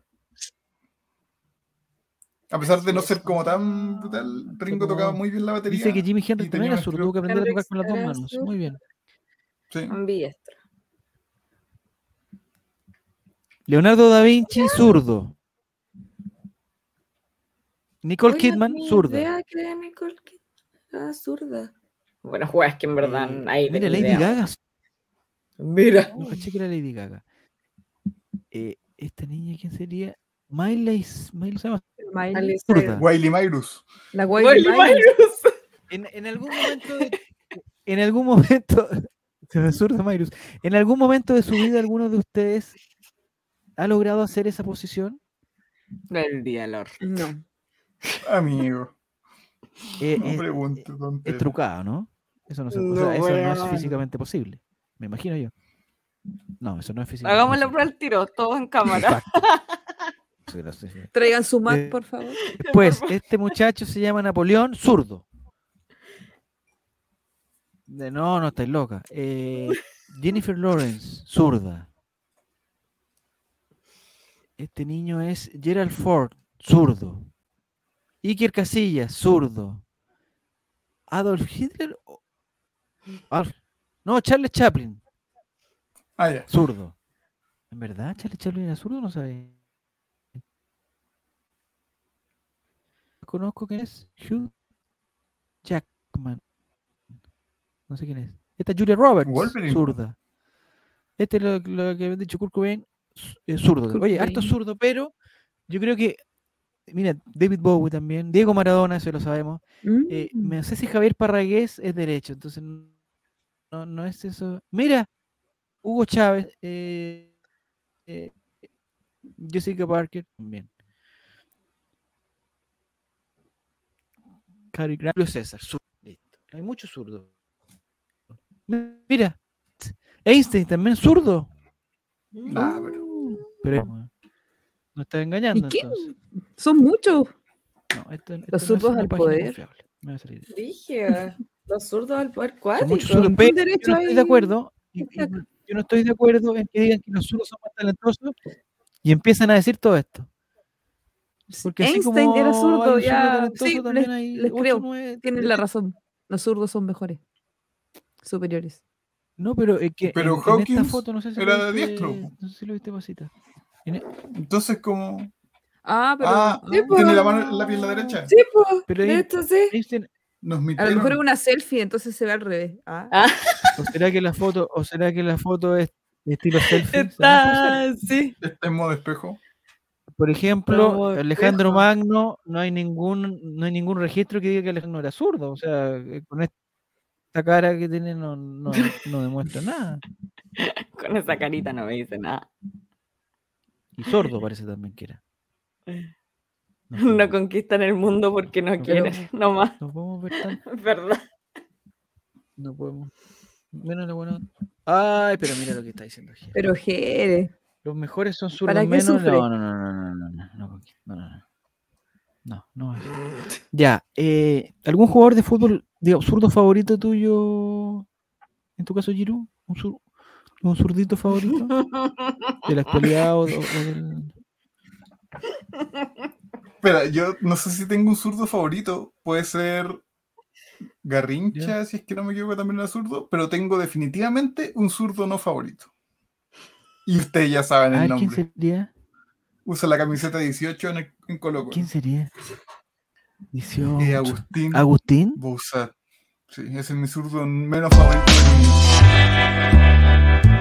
A pesar de Sí, no eso. ser como tan brutal, Ringo Como- tocaba muy bien la batería. Dice que Jimi Hendrix y también tenía era un zurdo, estilo- tuvo que aprender a tocar con las dos Hendrix manos. era Muy bien. Sí. Ambidiestro. Leonardo da Vinci, zurdo. Nicole Oye, no Kidman, tenía zurda. idea que Nicole Kidman era zurda. Bueno, juegas que en verdad Eh, ahí mira, tenía Lady idea. Gaga. Mira. No, caché que era Lady Gaga. Eh, esta niña, ¿quién sería? Miley, Miley se llama Miley, Alice zurda. Wiley Myrus. la Wiley Wiley Miley. Myrus. En, en algún momento de, en algún momento se me zurda Myrus. En algún momento de su vida alguno de ustedes ha logrado hacer esa posición. El día, Lord. No. Amigo. Eh, No es, pregunte es tonteras. trucado, ¿no? Eso no, se, o No, sea, eso no es weón. físicamente posible. Me imagino yo. No, eso no es físicamente Hagamos la posible. prueba al tiro, todos en cámara. Exacto. Sí, lo sé, sí. Traigan su Mac, Eh, por favor. Después, este muchacho se llama Napoleón Zurdo. De- no, no estáis loca. Eh, Jennifer Lawrence, zurda. Este niño es Gerald Ford, zurdo. Iker Casillas, zurdo. Adolf Hitler. o- Adolf- no, Charles Chaplin, Ah, ya. zurdo. ¿En verdad Charles Chaplin era zurdo? No sabía. Conozco quién es. Hugh Jackman. No sé quién es. Esta es Julia Roberts, Wolverine. zurda. Este es lo, lo que había dicho Kurt Cobain, z- es zurdo. Kurt Oye, harto Cobain. zurdo, pero yo creo que, mira, David Bowie también, Diego Maradona, eso lo sabemos. Eh, Mm. no sé si Javier Parragués es derecho, entonces no, no es eso. Mira, Hugo Chávez, eh, eh, Jessica Parker, también. Cary Grant, Julio César, zurdo. Listo. Hay muchos zurdos. Mira, Einstein también zurdo. Nah, pero- Pero no está ¿Y engañando qué? entonces. Son muchos. No, esto, esto no Los es zurdos una al página poder. confiable. Me va a salir. Dije, los zurdos al poder Son cuático. muchos zurdos, Ningún pero derecho yo no estoy ahí. de acuerdo. y- y no- yo no estoy de acuerdo en que digan que los zurdos son más talentosos y empiezan a decir todo esto. Porque así Einstein como era hay zurdo, un zurdo ya. talentoso, Sí, también les, hay les ocho, creo. nueve Tienen la razón. Los zurdos son mejores. Superiores. No, pero es que Pero en, en esta Hawkins foto, no sé si era lo de viste, diestro. no sé si lo viste, Pasita. En e- Entonces, como. Ah, pero. Ah, ah. Sí, pues. tiene la mano la piel la derecha. Sí, pues. Pero de ahí- hecho, sí. Einstein- Nos A lo mintieron. mejor es una selfie, entonces se ve al revés. Ah. Ah, ¿O será que la foto, o será que la foto es de estilo selfie? O sea, no puede ser. está, sí. Está en modo espejo. Por ejemplo, Como Alejandro espejo. Magno, no hay ningún, no hay ningún registro que diga que Alejandro era zurdo. O sea, eh, con esta cara que tiene no, no, no demuestra nada. Con esa carita no me dice nada. Y sordo parece también que era. No, sé, No conquistan el mundo porque no No, quieren, pero- nomás. no podemos ver tanto. ¿Verdad? No podemos. Menos lo bueno. Ay, pero mira lo que está diciendo Gil. Pero Jere. Los mejores son zurdos ¿Para qué menos. sufre? No, no, no, no, no, no, no, no, conquista- no, no, no. No, no es. Ya, eh, ¿algún jugador de fútbol, digo, zurdo favorito tuyo? En tu caso, Giru, un, zur- un zurdito favorito de la actualidad o, o- o del. Espera, yo no sé si tengo un zurdo favorito. Puede ser Garrincha, si es que no me equivoco, también era zurdo. Pero tengo definitivamente un zurdo no favorito. Y ustedes ya saben A el ver, ¿quién nombre. sería? Usa la camiseta dieciocho en, el- en Colo Colo. ¿Quién sería? dieciocho. Eh, Agustín ¿Agustín? Bouzat. Sí, ese es mi zurdo menos favorito.